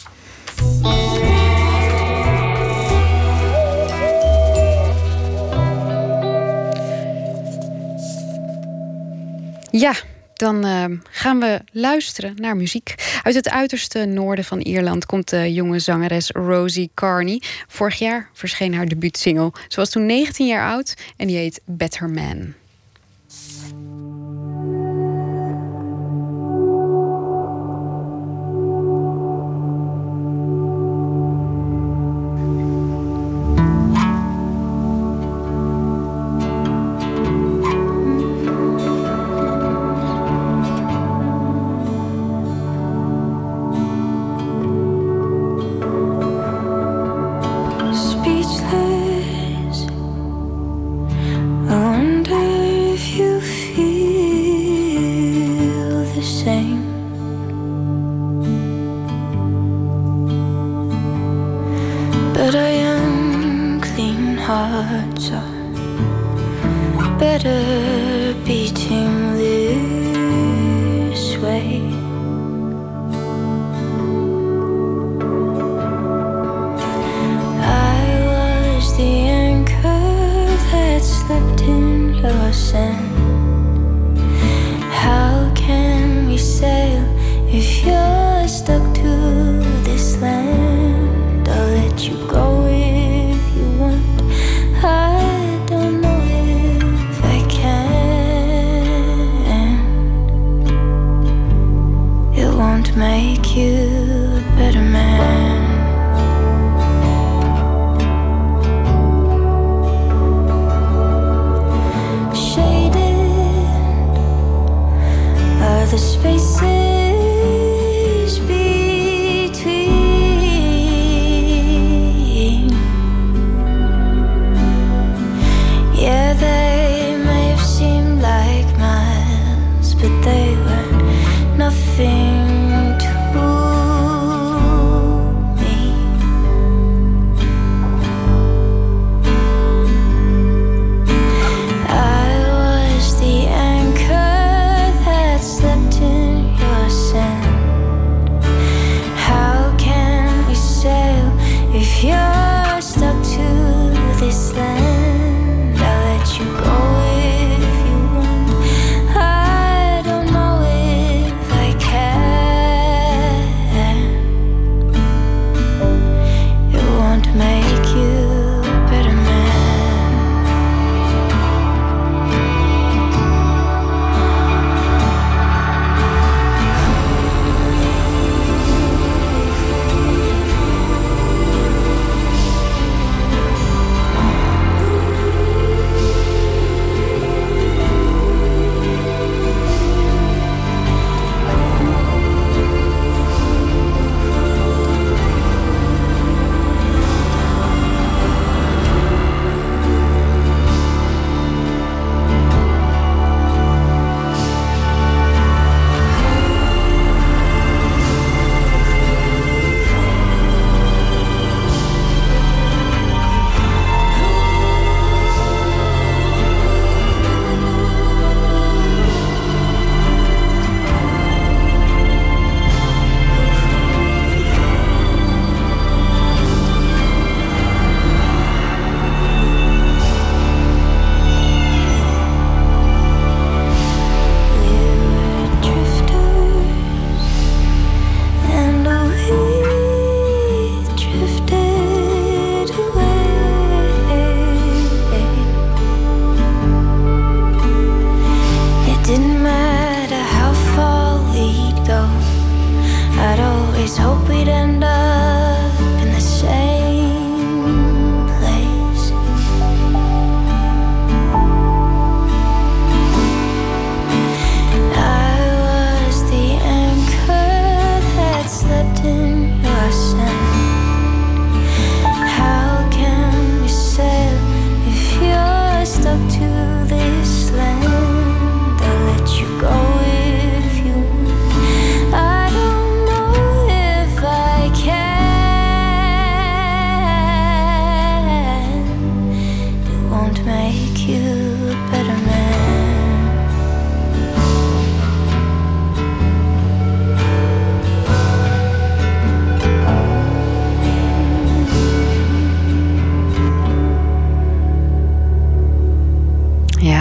Ja, dan uh, gaan we luisteren naar muziek. Uit het uiterste noorden van Ierland komt de jonge zangeres Rosie Carney. Vorig jaar verscheen haar debuutsingle. Ze was toen negentien jaar oud en die heet Better Man.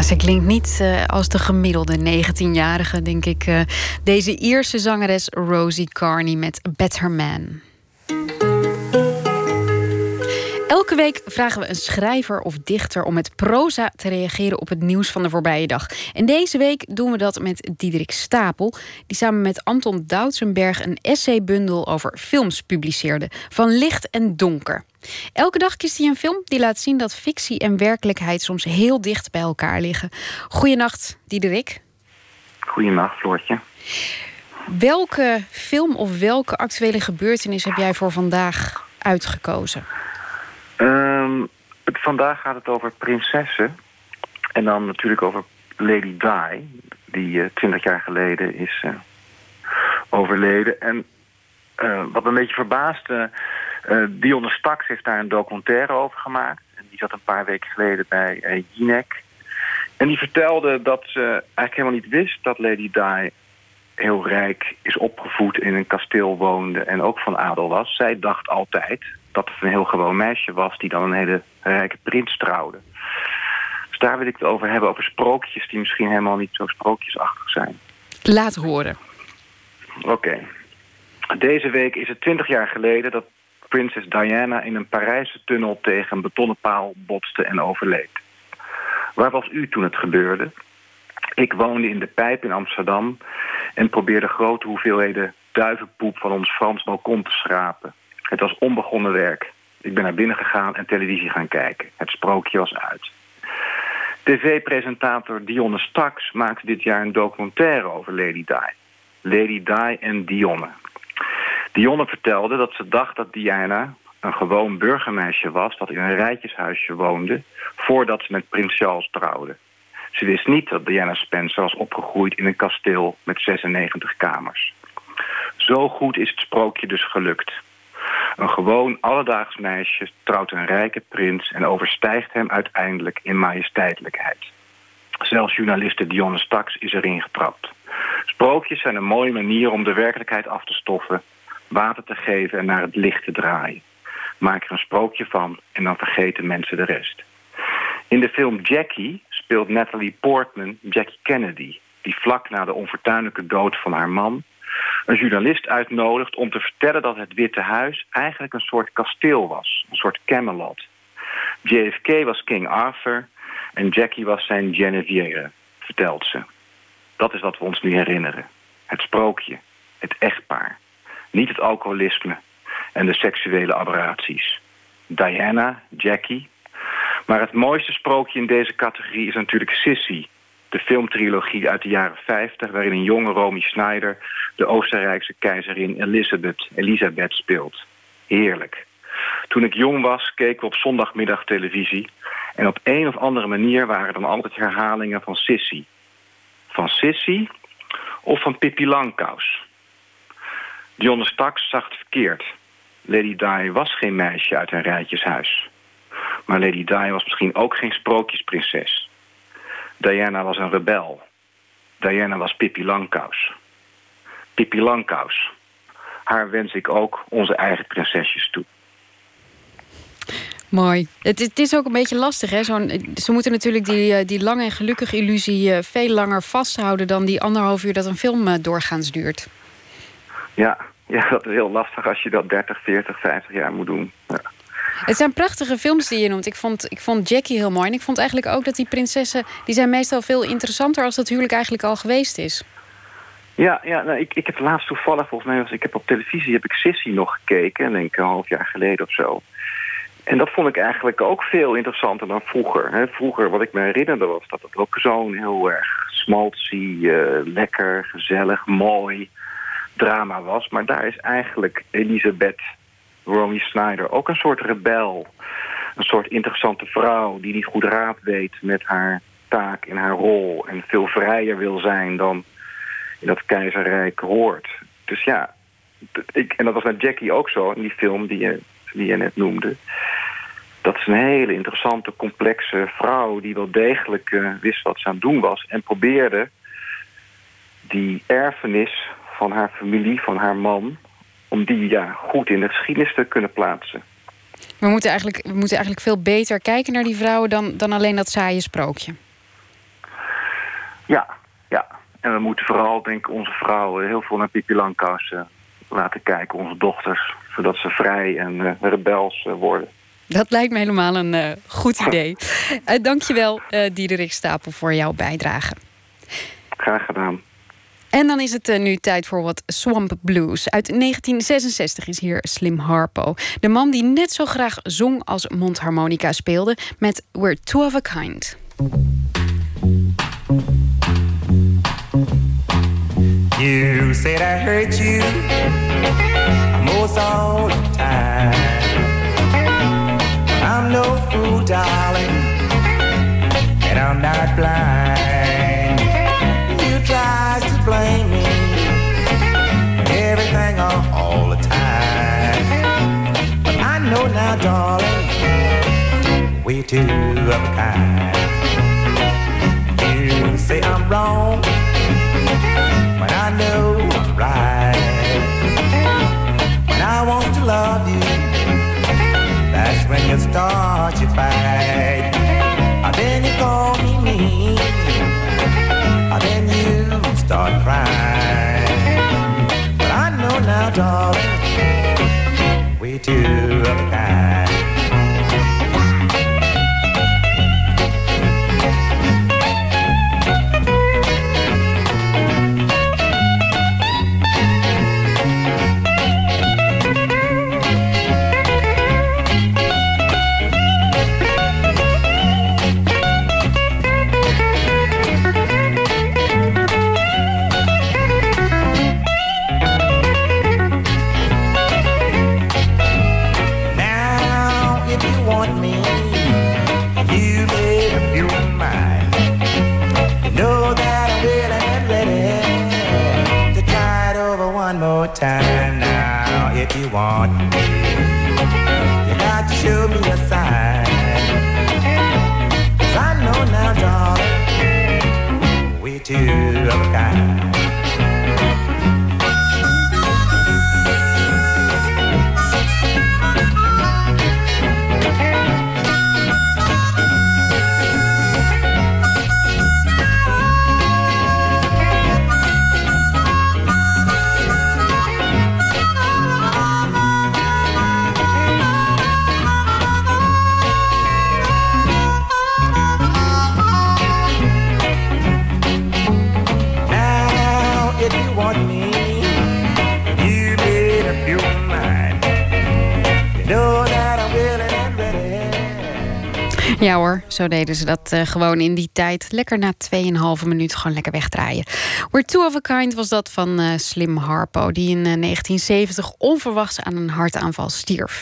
Ze klinkt niet uh, als de gemiddelde negentienjarige, denk ik. Uh, deze Ierse zangeres Rosie Carney met Better Man. Elke week vragen we een schrijver of dichter om met proza te reageren op het nieuws van de voorbije dag. En deze week doen we dat met Diederik Stapel, die samen met Anton Doutsenberg een essaybundel over films publiceerde, van licht en donker. Elke dag kiest hij een film die laat zien dat fictie en werkelijkheid soms heel dicht bij elkaar liggen. Goeienacht, Diederik. Goeienacht, Floortje. Welke film of welke actuele gebeurtenis heb jij voor vandaag uitgekozen? Um, het, vandaag gaat het over prinsessen. En dan natuurlijk over Lady Di, die twintig uh, jaar geleden is uh, overleden. En uh, wat me een beetje verbaasde, uh, Dionne Staks heeft daar een documentaire over gemaakt. En die zat een paar weken geleden bij uh, Jinek. En die vertelde dat ze eigenlijk helemaal niet wist dat Lady Di heel rijk is opgevoed, in een kasteel woonde en ook van adel was. Zij dacht altijd dat het een heel gewoon meisje was die dan een hele rijke prins trouwde. Dus daar wil ik het over hebben, over sprookjes die misschien helemaal niet zo sprookjesachtig zijn. Laat horen. Oké. Okay. Deze week is het twintig jaar geleden dat prinses Diana in een Parijse tunnel tegen een betonnen paal botste en overleed. Waar was u toen het gebeurde? Ik woonde in de Pijp in Amsterdam en probeerde grote hoeveelheden duivenpoep van ons Frans balkon te schrapen. Het was onbegonnen werk. Ik ben naar binnen gegaan en televisie gaan kijken. Het sprookje was uit. T V-presentator Dionne Staks maakte dit jaar een documentaire over Lady Di. Lady Di en Dionne. Dionne vertelde dat ze dacht dat Diana een gewoon burgermeisje was dat in een rijtjeshuisje woonde voordat ze met prins Charles trouwde. Ze wist niet dat Diana Spencer was opgegroeid in een kasteel met zesennegentig kamers. Zo goed is het sprookje dus gelukt. Een gewoon alledaags meisje trouwt een rijke prins en overstijgt hem uiteindelijk in majesteitelijkheid. Zelfs journaliste Dionne Staks is erin getrapt. Sprookjes zijn een mooie manier om de werkelijkheid af te stoffen, water te geven en naar het licht te draaien. Maak er een sprookje van en dan vergeten mensen de rest. In de film Jackie speelt Natalie Portman Jackie Kennedy, die vlak na de onfortuinlijke dood van haar man een journalist uitnodigt om te vertellen dat het Witte Huis eigenlijk een soort kasteel was, een soort Camelot. J F K was King Arthur en Jackie was zijn Geneviève, vertelt ze. Dat is wat we ons nu herinneren. Het sprookje, het echtpaar. Niet het alcoholisme en de seksuele aberraties. Diana, Jackie. Maar het mooiste sprookje in deze categorie is natuurlijk Sissy, de filmtrilogie uit de jaren vijftig, waarin een jonge Romy Schneider de Oostenrijkse keizerin Elisabeth, Elisabeth speelt. Heerlijk. Toen ik jong was, keken we op zondagmiddag televisie en op een of andere manier waren er dan altijd herhalingen van Sissy. Van Sissy of van Pippi Langkous. Dionne Staks zag het verkeerd. Lady Di was geen meisje uit een rijtjeshuis. Maar Lady Di was misschien ook geen sprookjesprinses. Diana was een rebel. Diana was Pippi Langkous. Pippi Langkous. Haar wens ik ook onze eigen prinsesjes toe. Mooi. Het is, het is ook een beetje lastig, hè? Zo'n, ze moeten natuurlijk die, die lange en gelukkige illusie veel langer vasthouden dan die anderhalf uur dat een film doorgaans duurt. Ja, ja, dat is heel lastig als je dat dertig, veertig, vijftig jaar moet doen. Ja. Het zijn prachtige films die je noemt. Ik vond, ik vond Jackie heel mooi. En ik vond eigenlijk ook dat die prinsessen, die zijn meestal veel interessanter als dat huwelijk eigenlijk al geweest is. Ja, ja nou, ik, ik heb laatst toevallig, volgens mij was ik heb op televisie heb ik Sissy nog gekeken, denk ik een half jaar geleden of zo. En dat vond ik eigenlijk ook veel interessanter dan vroeger. Hè. Vroeger, wat ik me herinnerde, was dat het ook zo'n heel erg smaltzy, uh, lekker, gezellig, mooi drama was. Maar daar is eigenlijk Elisabeth, Romy Schneider, ook een soort rebel. Een soort interessante vrouw die niet goed raad weet met haar taak en haar rol. En veel vrijer wil zijn dan in dat keizerrijk hoort. Dus ja, ik, en dat was met Jackie ook zo, in die film die je, die je net noemde. Dat is een hele interessante, complexe vrouw die wel degelijk uh, wist wat ze aan het doen was. En probeerde die erfenis van haar familie, van haar man, om die ja, goed in de geschiedenis te kunnen plaatsen. We moeten eigenlijk, we moeten eigenlijk veel beter kijken naar die vrouwen dan, dan alleen dat saaie sprookje. Ja, ja. En we moeten vooral, denk ik, onze vrouwen heel veel naar Pippi Langkous uh, laten kijken. Onze dochters. Zodat ze vrij en uh, rebels uh, worden. Dat lijkt me helemaal een uh, goed idee. Uh, dankjewel, uh, Diederik Stapel, voor jouw bijdrage. Graag gedaan. En dan is het uh, nu tijd voor wat Swamp Blues. Uit negentien zesenzestig is hier Slim Harpo. De man die net zo graag zong als mondharmonica speelde met We're Two of a Kind. You said I hurt you most all the time. I'm no fool, darling, and I'm not blind. You tries to blame me for everything all, all the time. But I know now, darling, we're two of a kind. You say I'm wrong, but I know I'm right. When I want to love you, that's when you start your fight. And then you call me mean, and then you start crying. But I know now, darling, we're two of a kind. Time now, if you want me, you got to show me a sign. 'Cause I know now, darling, we're two of a kind. Ja hoor, zo deden ze dat uh, gewoon in die tijd. Lekker na tweeënhalve minuut gewoon lekker wegdraaien. We're Two of a Kind was dat van uh, Slim Harpo, die in uh, negentien zeventig onverwachts aan een hartaanval stierf.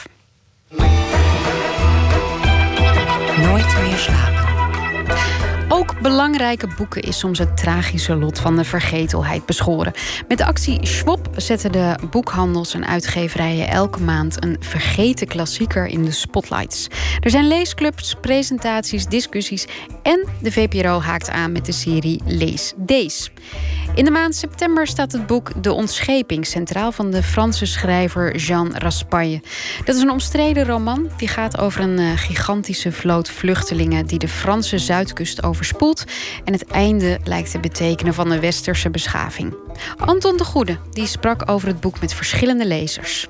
Nooit meer slapen. Ook belangrijke boeken is soms het tragische lot van de vergetelheid beschoren. Met de actie Schwab zetten de boekhandels en uitgeverijen elke maand een vergeten klassieker in de spotlights. Er zijn leesclubs, presentaties, discussies en de V P R O haakt aan met de serie Lees Deze. In de maand september staat het boek De Ontscheping centraal van de Franse schrijver Jean Raspail. Dat is een omstreden roman die gaat over een uh, gigantische vloot vluchtelingen die de Franse zuidkust overspoelt en het einde lijkt te betekenen van de westerse beschaving. Anton de Goede die sprak over het boek met verschillende lezers.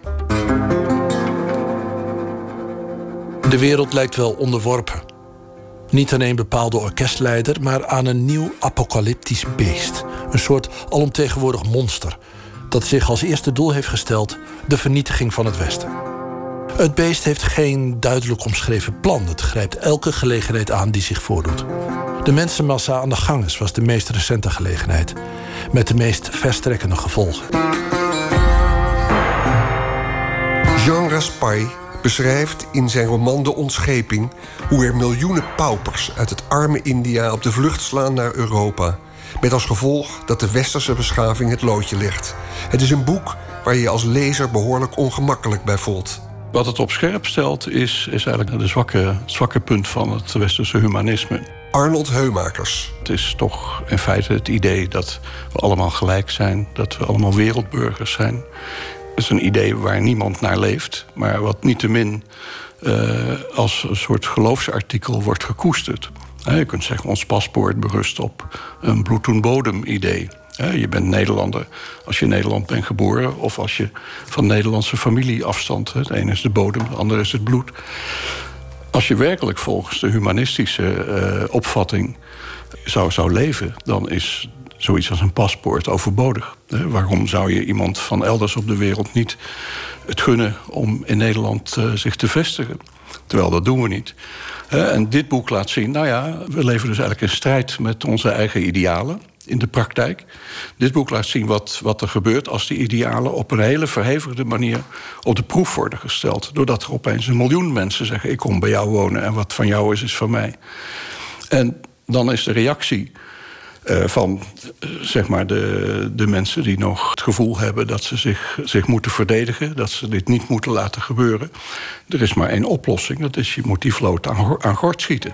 De wereld lijkt wel onderworpen. Niet aan een bepaalde orkestleider, maar aan een nieuw apocalyptisch beest. Een soort alomtegenwoordig monster dat zich als eerste doel heeft gesteld de vernietiging van het Westen. Het beest heeft geen duidelijk omschreven plan. Het grijpt elke gelegenheid aan die zich voordoet. De mensenmassa aan de ganges was de meest recente gelegenheid, met de meest verstrekkende gevolgen. Jean Raspail beschrijft in zijn roman De Ontscheping hoe er miljoenen paupers uit het arme India op de vlucht slaan naar Europa, met als gevolg dat de westerse beschaving het loodje legt. Het is een boek waar je als lezer behoorlijk ongemakkelijk bij voelt. Wat het op scherp stelt is, is eigenlijk de zwakke, zwakke punt van het westerse humanisme. Arnold Heumakers. Het is toch in feite het idee dat we allemaal gelijk zijn, dat we allemaal wereldburgers zijn. Het is een idee waar niemand naar leeft, maar wat niettemin uh, als een soort geloofsartikel wordt gekoesterd. Je kunt zeggen, ons paspoort berust op een bloed-en-bodem-idee. Je bent Nederlander als je in Nederland bent geboren, of als je van Nederlandse familie afstamt. Het ene is de bodem, het andere is het bloed. Als je werkelijk volgens de humanistische uh, opvatting zou, zou leven, dan is zoiets als een paspoort overbodig. Uh, waarom zou je iemand van elders op de wereld niet het gunnen om in Nederland uh, zich te vestigen? Terwijl dat doen we niet. Uh, en dit boek laat zien, nou ja, we leven dus eigenlijk in strijd met onze eigen idealen in de praktijk. Dit boek laat zien wat, wat er gebeurt als die idealen op een hele verhevigde manier op de proef worden gesteld. Doordat er opeens een miljoen mensen zeggen, ik kom bij jou wonen en wat van jou is, is van mij. En dan is de reactie uh, van uh, zeg maar de, de mensen die nog het gevoel hebben dat ze zich, zich moeten verdedigen, dat ze dit niet moeten laten gebeuren. Er is maar één oplossing, dat is je moet die vloot aan, aan gort schieten.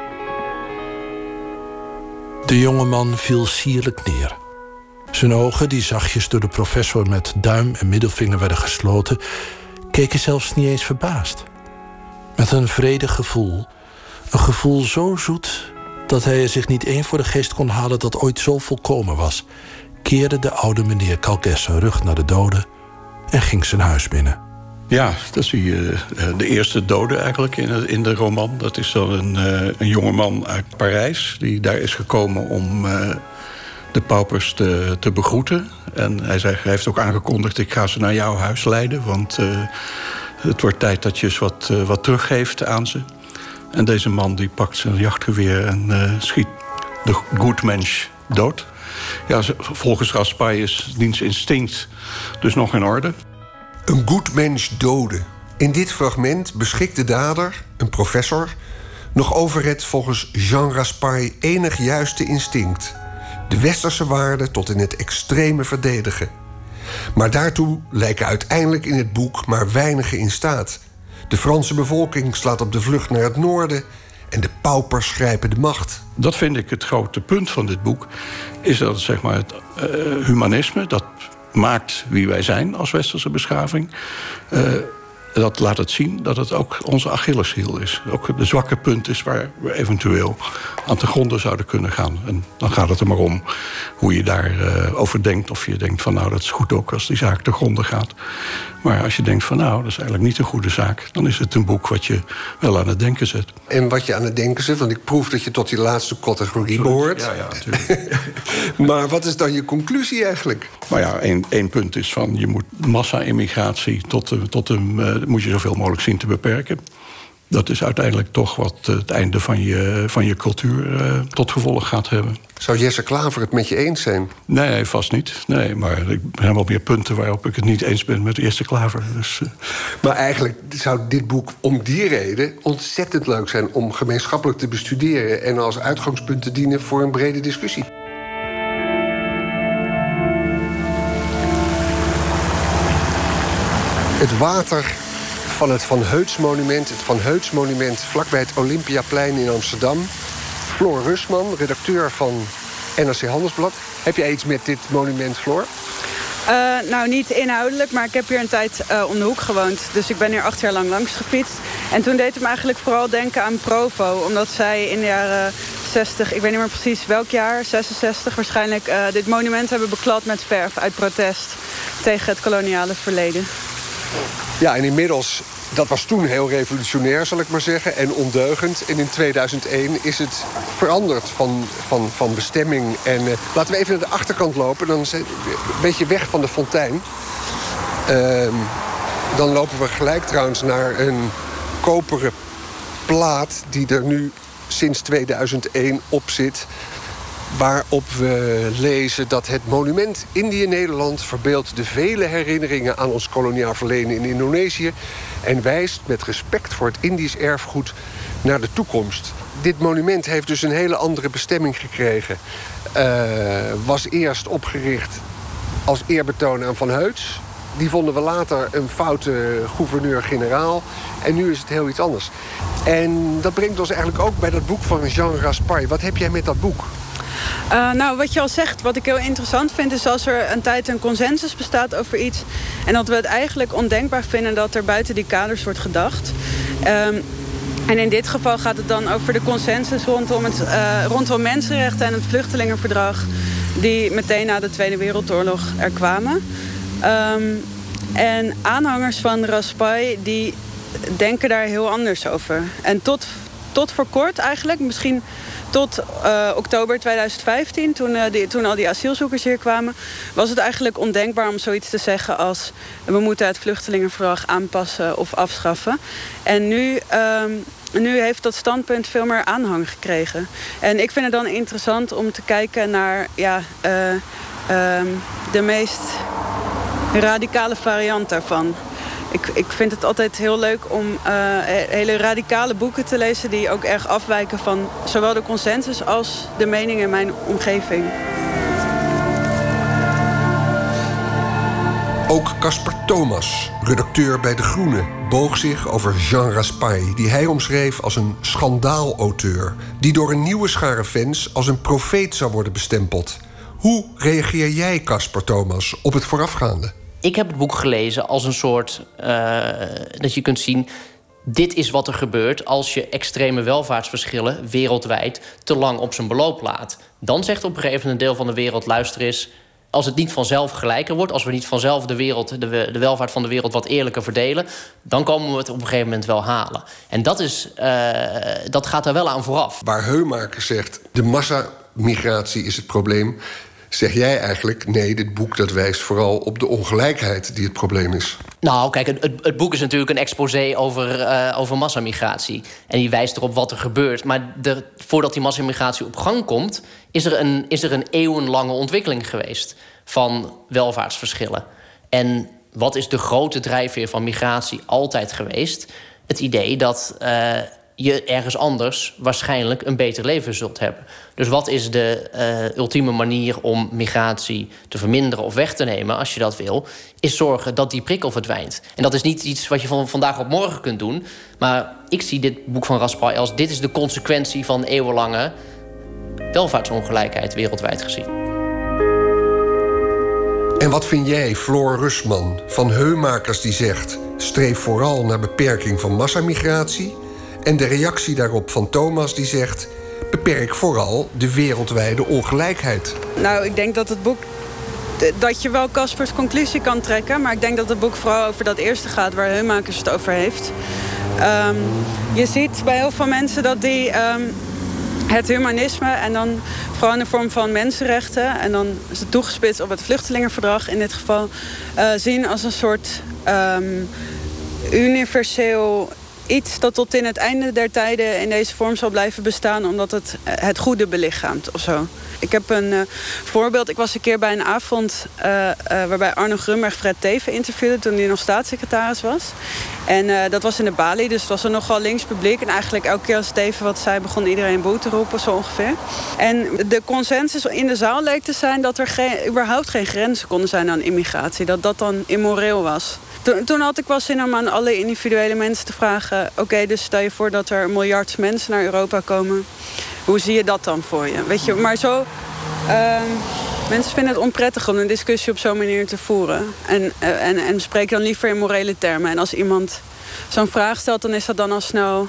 De jongeman viel sierlijk neer. Zijn ogen, die zachtjes door de professor met duim en middelvinger werden gesloten, keken zelfs niet eens verbaasd. Met een vredig gevoel, een gevoel zo zoet dat hij er zich niet één voor de geest kon halen dat ooit zo volkomen was, keerde de oude meneer Calgues zijn rug naar de doden en ging zijn huis binnen. Ja, dat zie je de eerste dode eigenlijk in de, in de roman. Dat is dan een, een jongeman uit Parijs die daar is gekomen om uh, de paupers te, te begroeten. En hij, zei, hij heeft ook aangekondigd, ik ga ze naar jouw huis leiden, want uh, het wordt tijd dat je eens wat, uh, wat teruggeeft aan ze. En deze man die pakt zijn jachtgeweer en uh, schiet de goedmensch dood. Ja, volgens Raspail is diens instinct dus nog in orde. Een goed mens doden. In dit fragment beschikt de dader, een professor, nog over het volgens Jean Raspail enig juiste instinct. De westerse waarden tot in het extreme verdedigen. Maar daartoe lijken uiteindelijk in het boek maar weinigen in staat. De Franse bevolking slaat op de vlucht naar het noorden en de paupers grijpen de macht. Dat vind ik het grote punt van dit boek, is dat zeg maar, het uh, humanisme, dat maakt wie wij zijn als westerse beschaving. Uh, dat laat het zien dat het ook onze Achilleshiel is. Ook de zwakke punt is waar we eventueel aan te gronden zouden kunnen gaan. En dan gaat het er maar om hoe je daarover uh, over denkt. Of je denkt van nou, dat is goed ook als die zaak te gronden gaat. Maar als je denkt van nou, dat is eigenlijk niet een goede zaak, dan is het een boek wat je wel aan het denken zet. En wat je aan het denken zet, want ik proef dat je tot die laatste categorie Sorry. behoort. Ja, ja, natuurlijk. Maar wat is dan je conclusie eigenlijk? Maar ja, één, één punt is van je moet massa-immigratie tot, de, tot een, uh, moet je zoveel mogelijk zien te beperken. Dat is uiteindelijk toch wat het einde van je, van je cultuur uh, tot gevolg gaat hebben. Zou Jesse Klaver het met je eens zijn? Nee, vast niet. Nee, maar er zijn wel meer punten waarop ik het niet eens ben met Jesse Klaver. Dus, uh... Maar eigenlijk zou dit boek om die reden ontzettend leuk zijn om gemeenschappelijk te bestuderen en als uitgangspunt te dienen voor een brede discussie. Het water van het Van Heuts-monument, het Van Heuts-monument vlakbij het Olympiaplein in Amsterdam. Floor Rusman, redacteur van N R C Handelsblad. Heb jij iets met dit monument, Floor? Uh, nou, niet inhoudelijk, maar ik heb hier een tijd uh, om de hoek gewoond. Dus ik ben hier acht jaar lang langs gefietst. En toen deed het me eigenlijk vooral denken aan Provo. Omdat zij in de jaren zestig, ik weet niet meer precies welk jaar, zesenzestig waarschijnlijk, uh, dit monument hebben beklad met verf uit protest tegen het koloniale verleden. Ja, en inmiddels, dat was toen heel revolutionair, zal ik maar zeggen, en ondeugend. En in tweeduizend één is het veranderd van, van, van bestemming. En uh, laten we even naar de achterkant lopen, dan zijn we een beetje weg van de fontein. Uh, dan lopen we gelijk trouwens naar een koperen plaat die er nu sinds tweeduizend één op zit, waarop we lezen dat het monument Indië-Nederland verbeeldt de vele herinneringen aan ons koloniaal verleden in Indonesië en wijst met respect voor het Indisch erfgoed naar de toekomst. Dit monument heeft dus een hele andere bestemming gekregen. Uh, was eerst opgericht als eerbetoon aan Van Heuts. Die vonden we later een foute gouverneur-generaal. En nu is het heel iets anders. En dat brengt ons eigenlijk ook bij dat boek van Jean Raspail. Wat heb jij met dat boek? Uh, nou, wat je al zegt, wat ik heel interessant vind, is als er een tijd een consensus bestaat over iets en dat we het eigenlijk ondenkbaar vinden dat er buiten die kaders wordt gedacht. Um, En in dit geval gaat het dan over de consensus rondom, het, uh, rondom mensenrechten en het vluchtelingenverdrag die meteen na de Tweede Wereldoorlog er kwamen. Um, en aanhangers van Raspail die denken daar heel anders over. En tot, tot voor kort eigenlijk, misschien tot uh, oktober tweeduizend vijftien, toen, uh, die, toen al die asielzoekers hier kwamen, was het eigenlijk ondenkbaar om zoiets te zeggen als we moeten het vluchtelingenverdrag aanpassen of afschaffen. En nu, um, nu heeft dat standpunt veel meer aanhang gekregen. En ik vind het dan interessant om te kijken naar ja, uh, um, de meest radicale variant daarvan. Ik, ik vind het altijd heel leuk om uh, hele radicale boeken te lezen die ook erg afwijken van zowel de consensus als de mening in mijn omgeving. Ook Casper Thomas, redacteur bij De Groene, boog zich over Jean Raspail, die hij omschreef als een schandaalauteur, die door een nieuwe schare fans als een profeet zou worden bestempeld. Hoe reageer jij, Casper Thomas, op het voorafgaande? Ik heb het boek gelezen als een soort uh, dat je kunt zien, dit is wat er gebeurt als je extreme welvaartsverschillen wereldwijd te lang op zijn beloop laat. Dan zegt op een gegeven moment een deel van de wereld, luister eens, als het niet vanzelf gelijker wordt, als we niet vanzelf de, wereld, de, de welvaart van de wereld wat eerlijker verdelen, dan komen we het op een gegeven moment wel halen. En dat, is, uh, dat gaat er wel aan vooraf. Waar Heumaker zegt, de massamigratie is het probleem, zeg jij eigenlijk, nee, dit boek dat wijst vooral op de ongelijkheid die het probleem is. Nou, kijk, het, het boek is natuurlijk een exposé over, uh, over massamigratie. En die wijst erop wat er gebeurt. Maar de, voordat die massamigratie op gang komt, is er, een, is er een eeuwenlange ontwikkeling geweest van welvaartsverschillen. En wat is de grote drijfveer van migratie altijd geweest? Het idee dat uh, je ergens anders waarschijnlijk een beter leven zult hebben. Dus wat is de uh, ultieme manier om migratie te verminderen of weg te nemen, als je dat wil, is zorgen dat die prikkel verdwijnt. En dat is niet iets wat je van vandaag op morgen kunt doen. Maar ik zie dit boek van Raspail als dit is de consequentie van eeuwenlange welvaartsongelijkheid wereldwijd gezien. En wat vind jij, Floor Rusman, van Heumakers die zegt, streef vooral naar beperking van massamigratie, en de reactie daarop van Thomas die zegt, beperk vooral de wereldwijde ongelijkheid? Nou, ik denk dat het boek, dat je wel Caspers conclusie kan trekken, maar ik denk dat het boek vooral over dat eerste gaat waar Heumakers het over heeft. Um, je ziet bij heel veel mensen dat die um, het humanisme en dan vooral in de vorm van mensenrechten, en dan is het toegespitst op het vluchtelingenverdrag in dit geval, uh, zien als een soort um, universeel iets dat tot in het einde der tijden in deze vorm zal blijven bestaan, omdat het het goede belichaamt of zo. Ik heb een uh, voorbeeld. Ik was een keer bij een avond uh, uh, waarbij Arno Grunberg Fred Teven interviewde toen hij nog staatssecretaris was. En uh, dat was in de Bali, dus het was een nogal links publiek. En eigenlijk elke keer als Teven wat zei, begon iedereen boe te roepen, zo ongeveer. En de consensus in de zaal leek te zijn dat er geen, überhaupt geen grenzen konden zijn aan immigratie. Dat dat dan immoreel was. Toen, toen had ik wel zin om aan alle individuele mensen te vragen, oké, okay, dus stel je voor dat er een miljard mensen naar Europa komen. Hoe zie je dat dan voor je? Weet je, maar zo, uh, mensen vinden het onprettig om een discussie op zo'n manier te voeren. En, uh, en, en spreken dan liever in morele termen. En als iemand zo'n vraag stelt, dan is dat dan al snel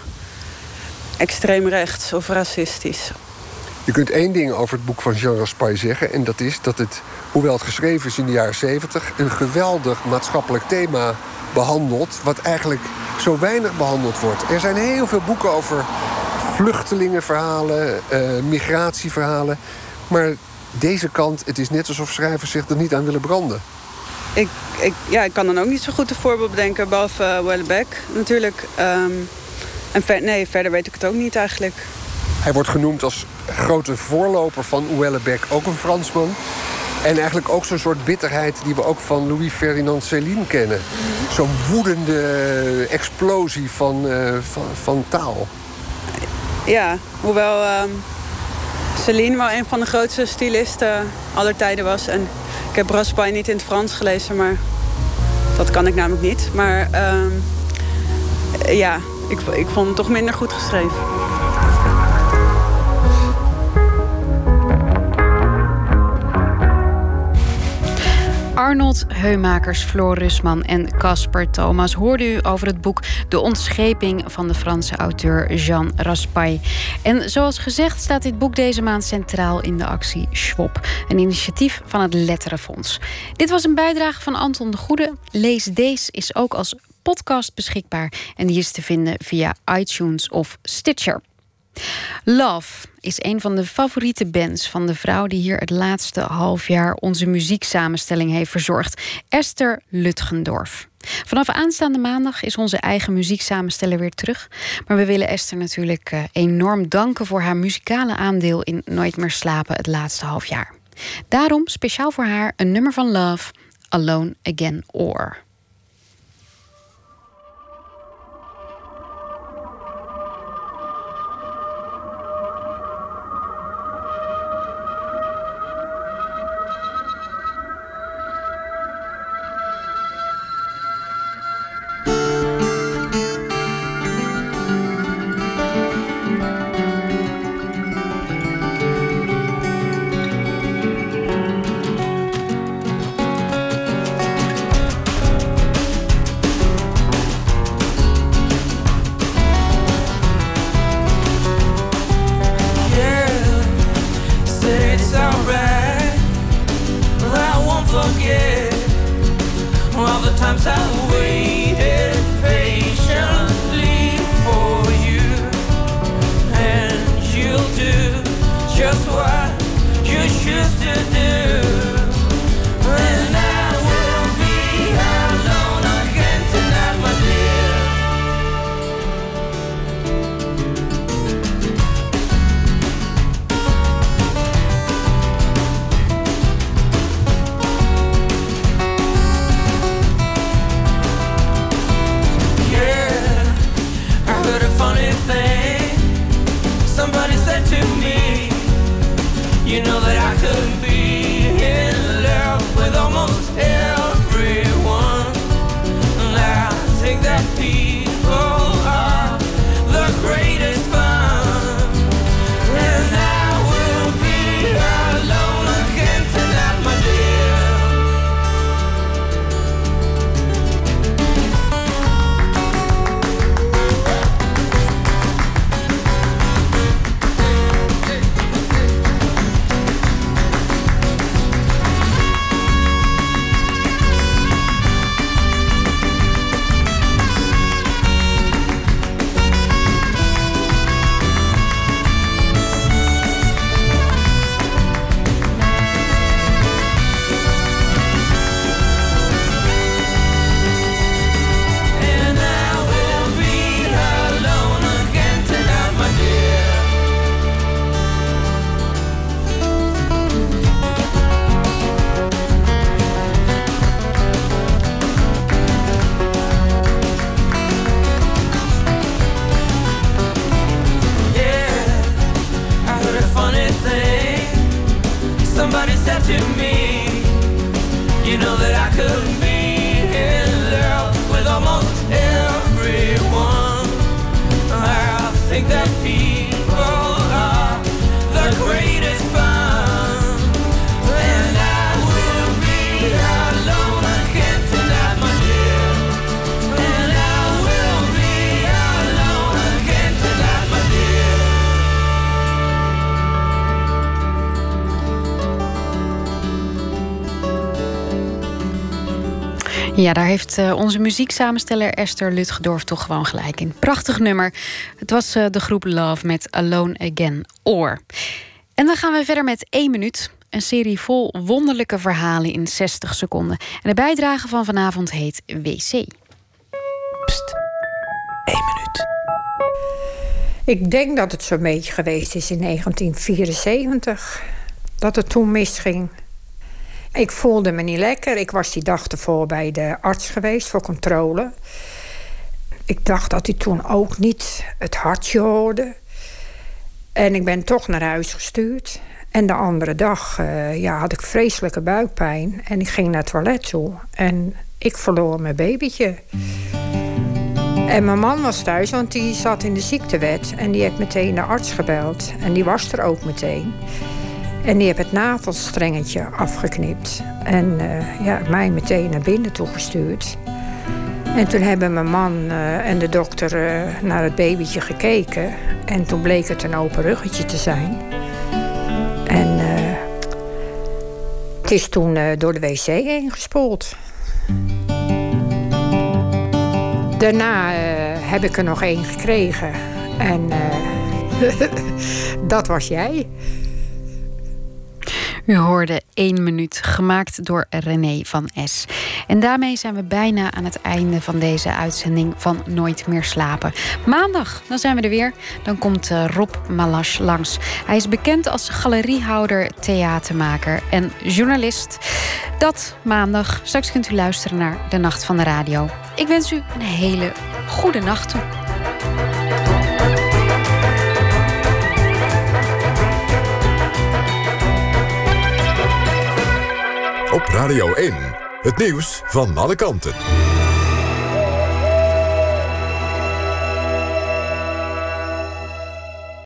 extreem rechts of racistisch. Je kunt één ding over het boek van Jean Raspail zeggen, en dat is dat het, hoewel het geschreven is in de jaren zeventig, een geweldig maatschappelijk thema behandelt, wat eigenlijk zo weinig behandeld wordt. Er zijn heel veel boeken over vluchtelingenverhalen, uh, migratieverhalen, maar deze kant, het is net alsof schrijvers zich er niet aan willen branden. Ik, ik, ja, ik kan dan ook niet zo goed een voorbeeld bedenken, behalve uh, Houellebecq natuurlijk. Um, en ver, nee, verder weet ik het ook niet eigenlijk. Hij wordt genoemd als grote voorloper van Houellebecq, ook een Fransman. En eigenlijk ook zo'n soort bitterheid die we ook van Louis-Ferdinand Céline kennen. Zo'n woedende explosie van, uh, van, van taal. Ja, hoewel um, Céline wel een van de grootste stylisten aller tijden was. En ik heb Raspail niet in het Frans gelezen, maar dat kan ik namelijk niet. Maar um, ja, ik, ik vond het toch minder goed geschreven. Arnold Heumakers, Floor Rusman en Casper Thomas hoorde u over het boek De Ontscheping van de Franse auteur Jean Raspail. En zoals gezegd staat dit boek deze maand centraal in de actie Schwab, een initiatief van het Letterenfonds. Dit was een bijdrage van Anton de Goede. Lees Deze is ook als podcast beschikbaar en die is te vinden via iTunes of Stitcher. Love is een van de favoriete bands van de vrouw die hier het laatste half jaar onze muzieksamenstelling heeft verzorgd, Esther Lutgendorf. Vanaf aanstaande maandag is onze eigen muzieksamensteller weer terug. Maar we willen Esther natuurlijk uh, enorm danken voor haar muzikale aandeel in Nooit meer slapen het laatste half jaar. Daarom speciaal voor haar een nummer van Love, Alone Again Or. Ja, daar heeft uh, onze muzieksamensteller Esther Lutgendorf toch gewoon gelijk in. Prachtig nummer. Het was uh, de groep Love met Alone Again Or. En dan gaan we verder met één minuut. Een serie vol wonderlijke verhalen in zestig seconden. En de bijdrage van vanavond heet W C. Pst, één minuut. Ik denk dat het zo'n beetje geweest is in negentien vierenzeventig. Dat het toen misging. Ik voelde me niet lekker. Ik was die dag ervoor bij de arts geweest voor controle. Ik dacht dat hij toen ook niet het hartje hoorde. En ik ben toch naar huis gestuurd. En de andere dag uh, ja, had ik vreselijke buikpijn. En ik ging naar het toilet toe. En ik verloor mijn babytje. En mijn man was thuis, want die zat in de ziektewet. En die heeft meteen de arts gebeld. En die was er ook meteen. En die heeft het navelstrengetje afgeknipt. En uh, ja, mij meteen naar binnen toegestuurd. En toen hebben mijn man uh, en de dokter uh, naar het babytje gekeken. En toen bleek het een open ruggetje te zijn. En uh, het is toen uh, door de wc heen gespoeld. Daarna uh, heb ik er nog één gekregen. En uh, dat was jij. U hoorde één minuut, gemaakt door René van S. En daarmee zijn we bijna aan het einde van deze uitzending van Nooit meer slapen. Maandag, dan zijn we er weer. Dan komt uh, Rob Malasch langs. Hij is bekend als galeriehouder, theatermaker en journalist. Dat maandag. Straks kunt u luisteren naar De Nacht van de Radio. Ik wens u een hele goede nacht toe. Op Radio één, het nieuws van alle kanten.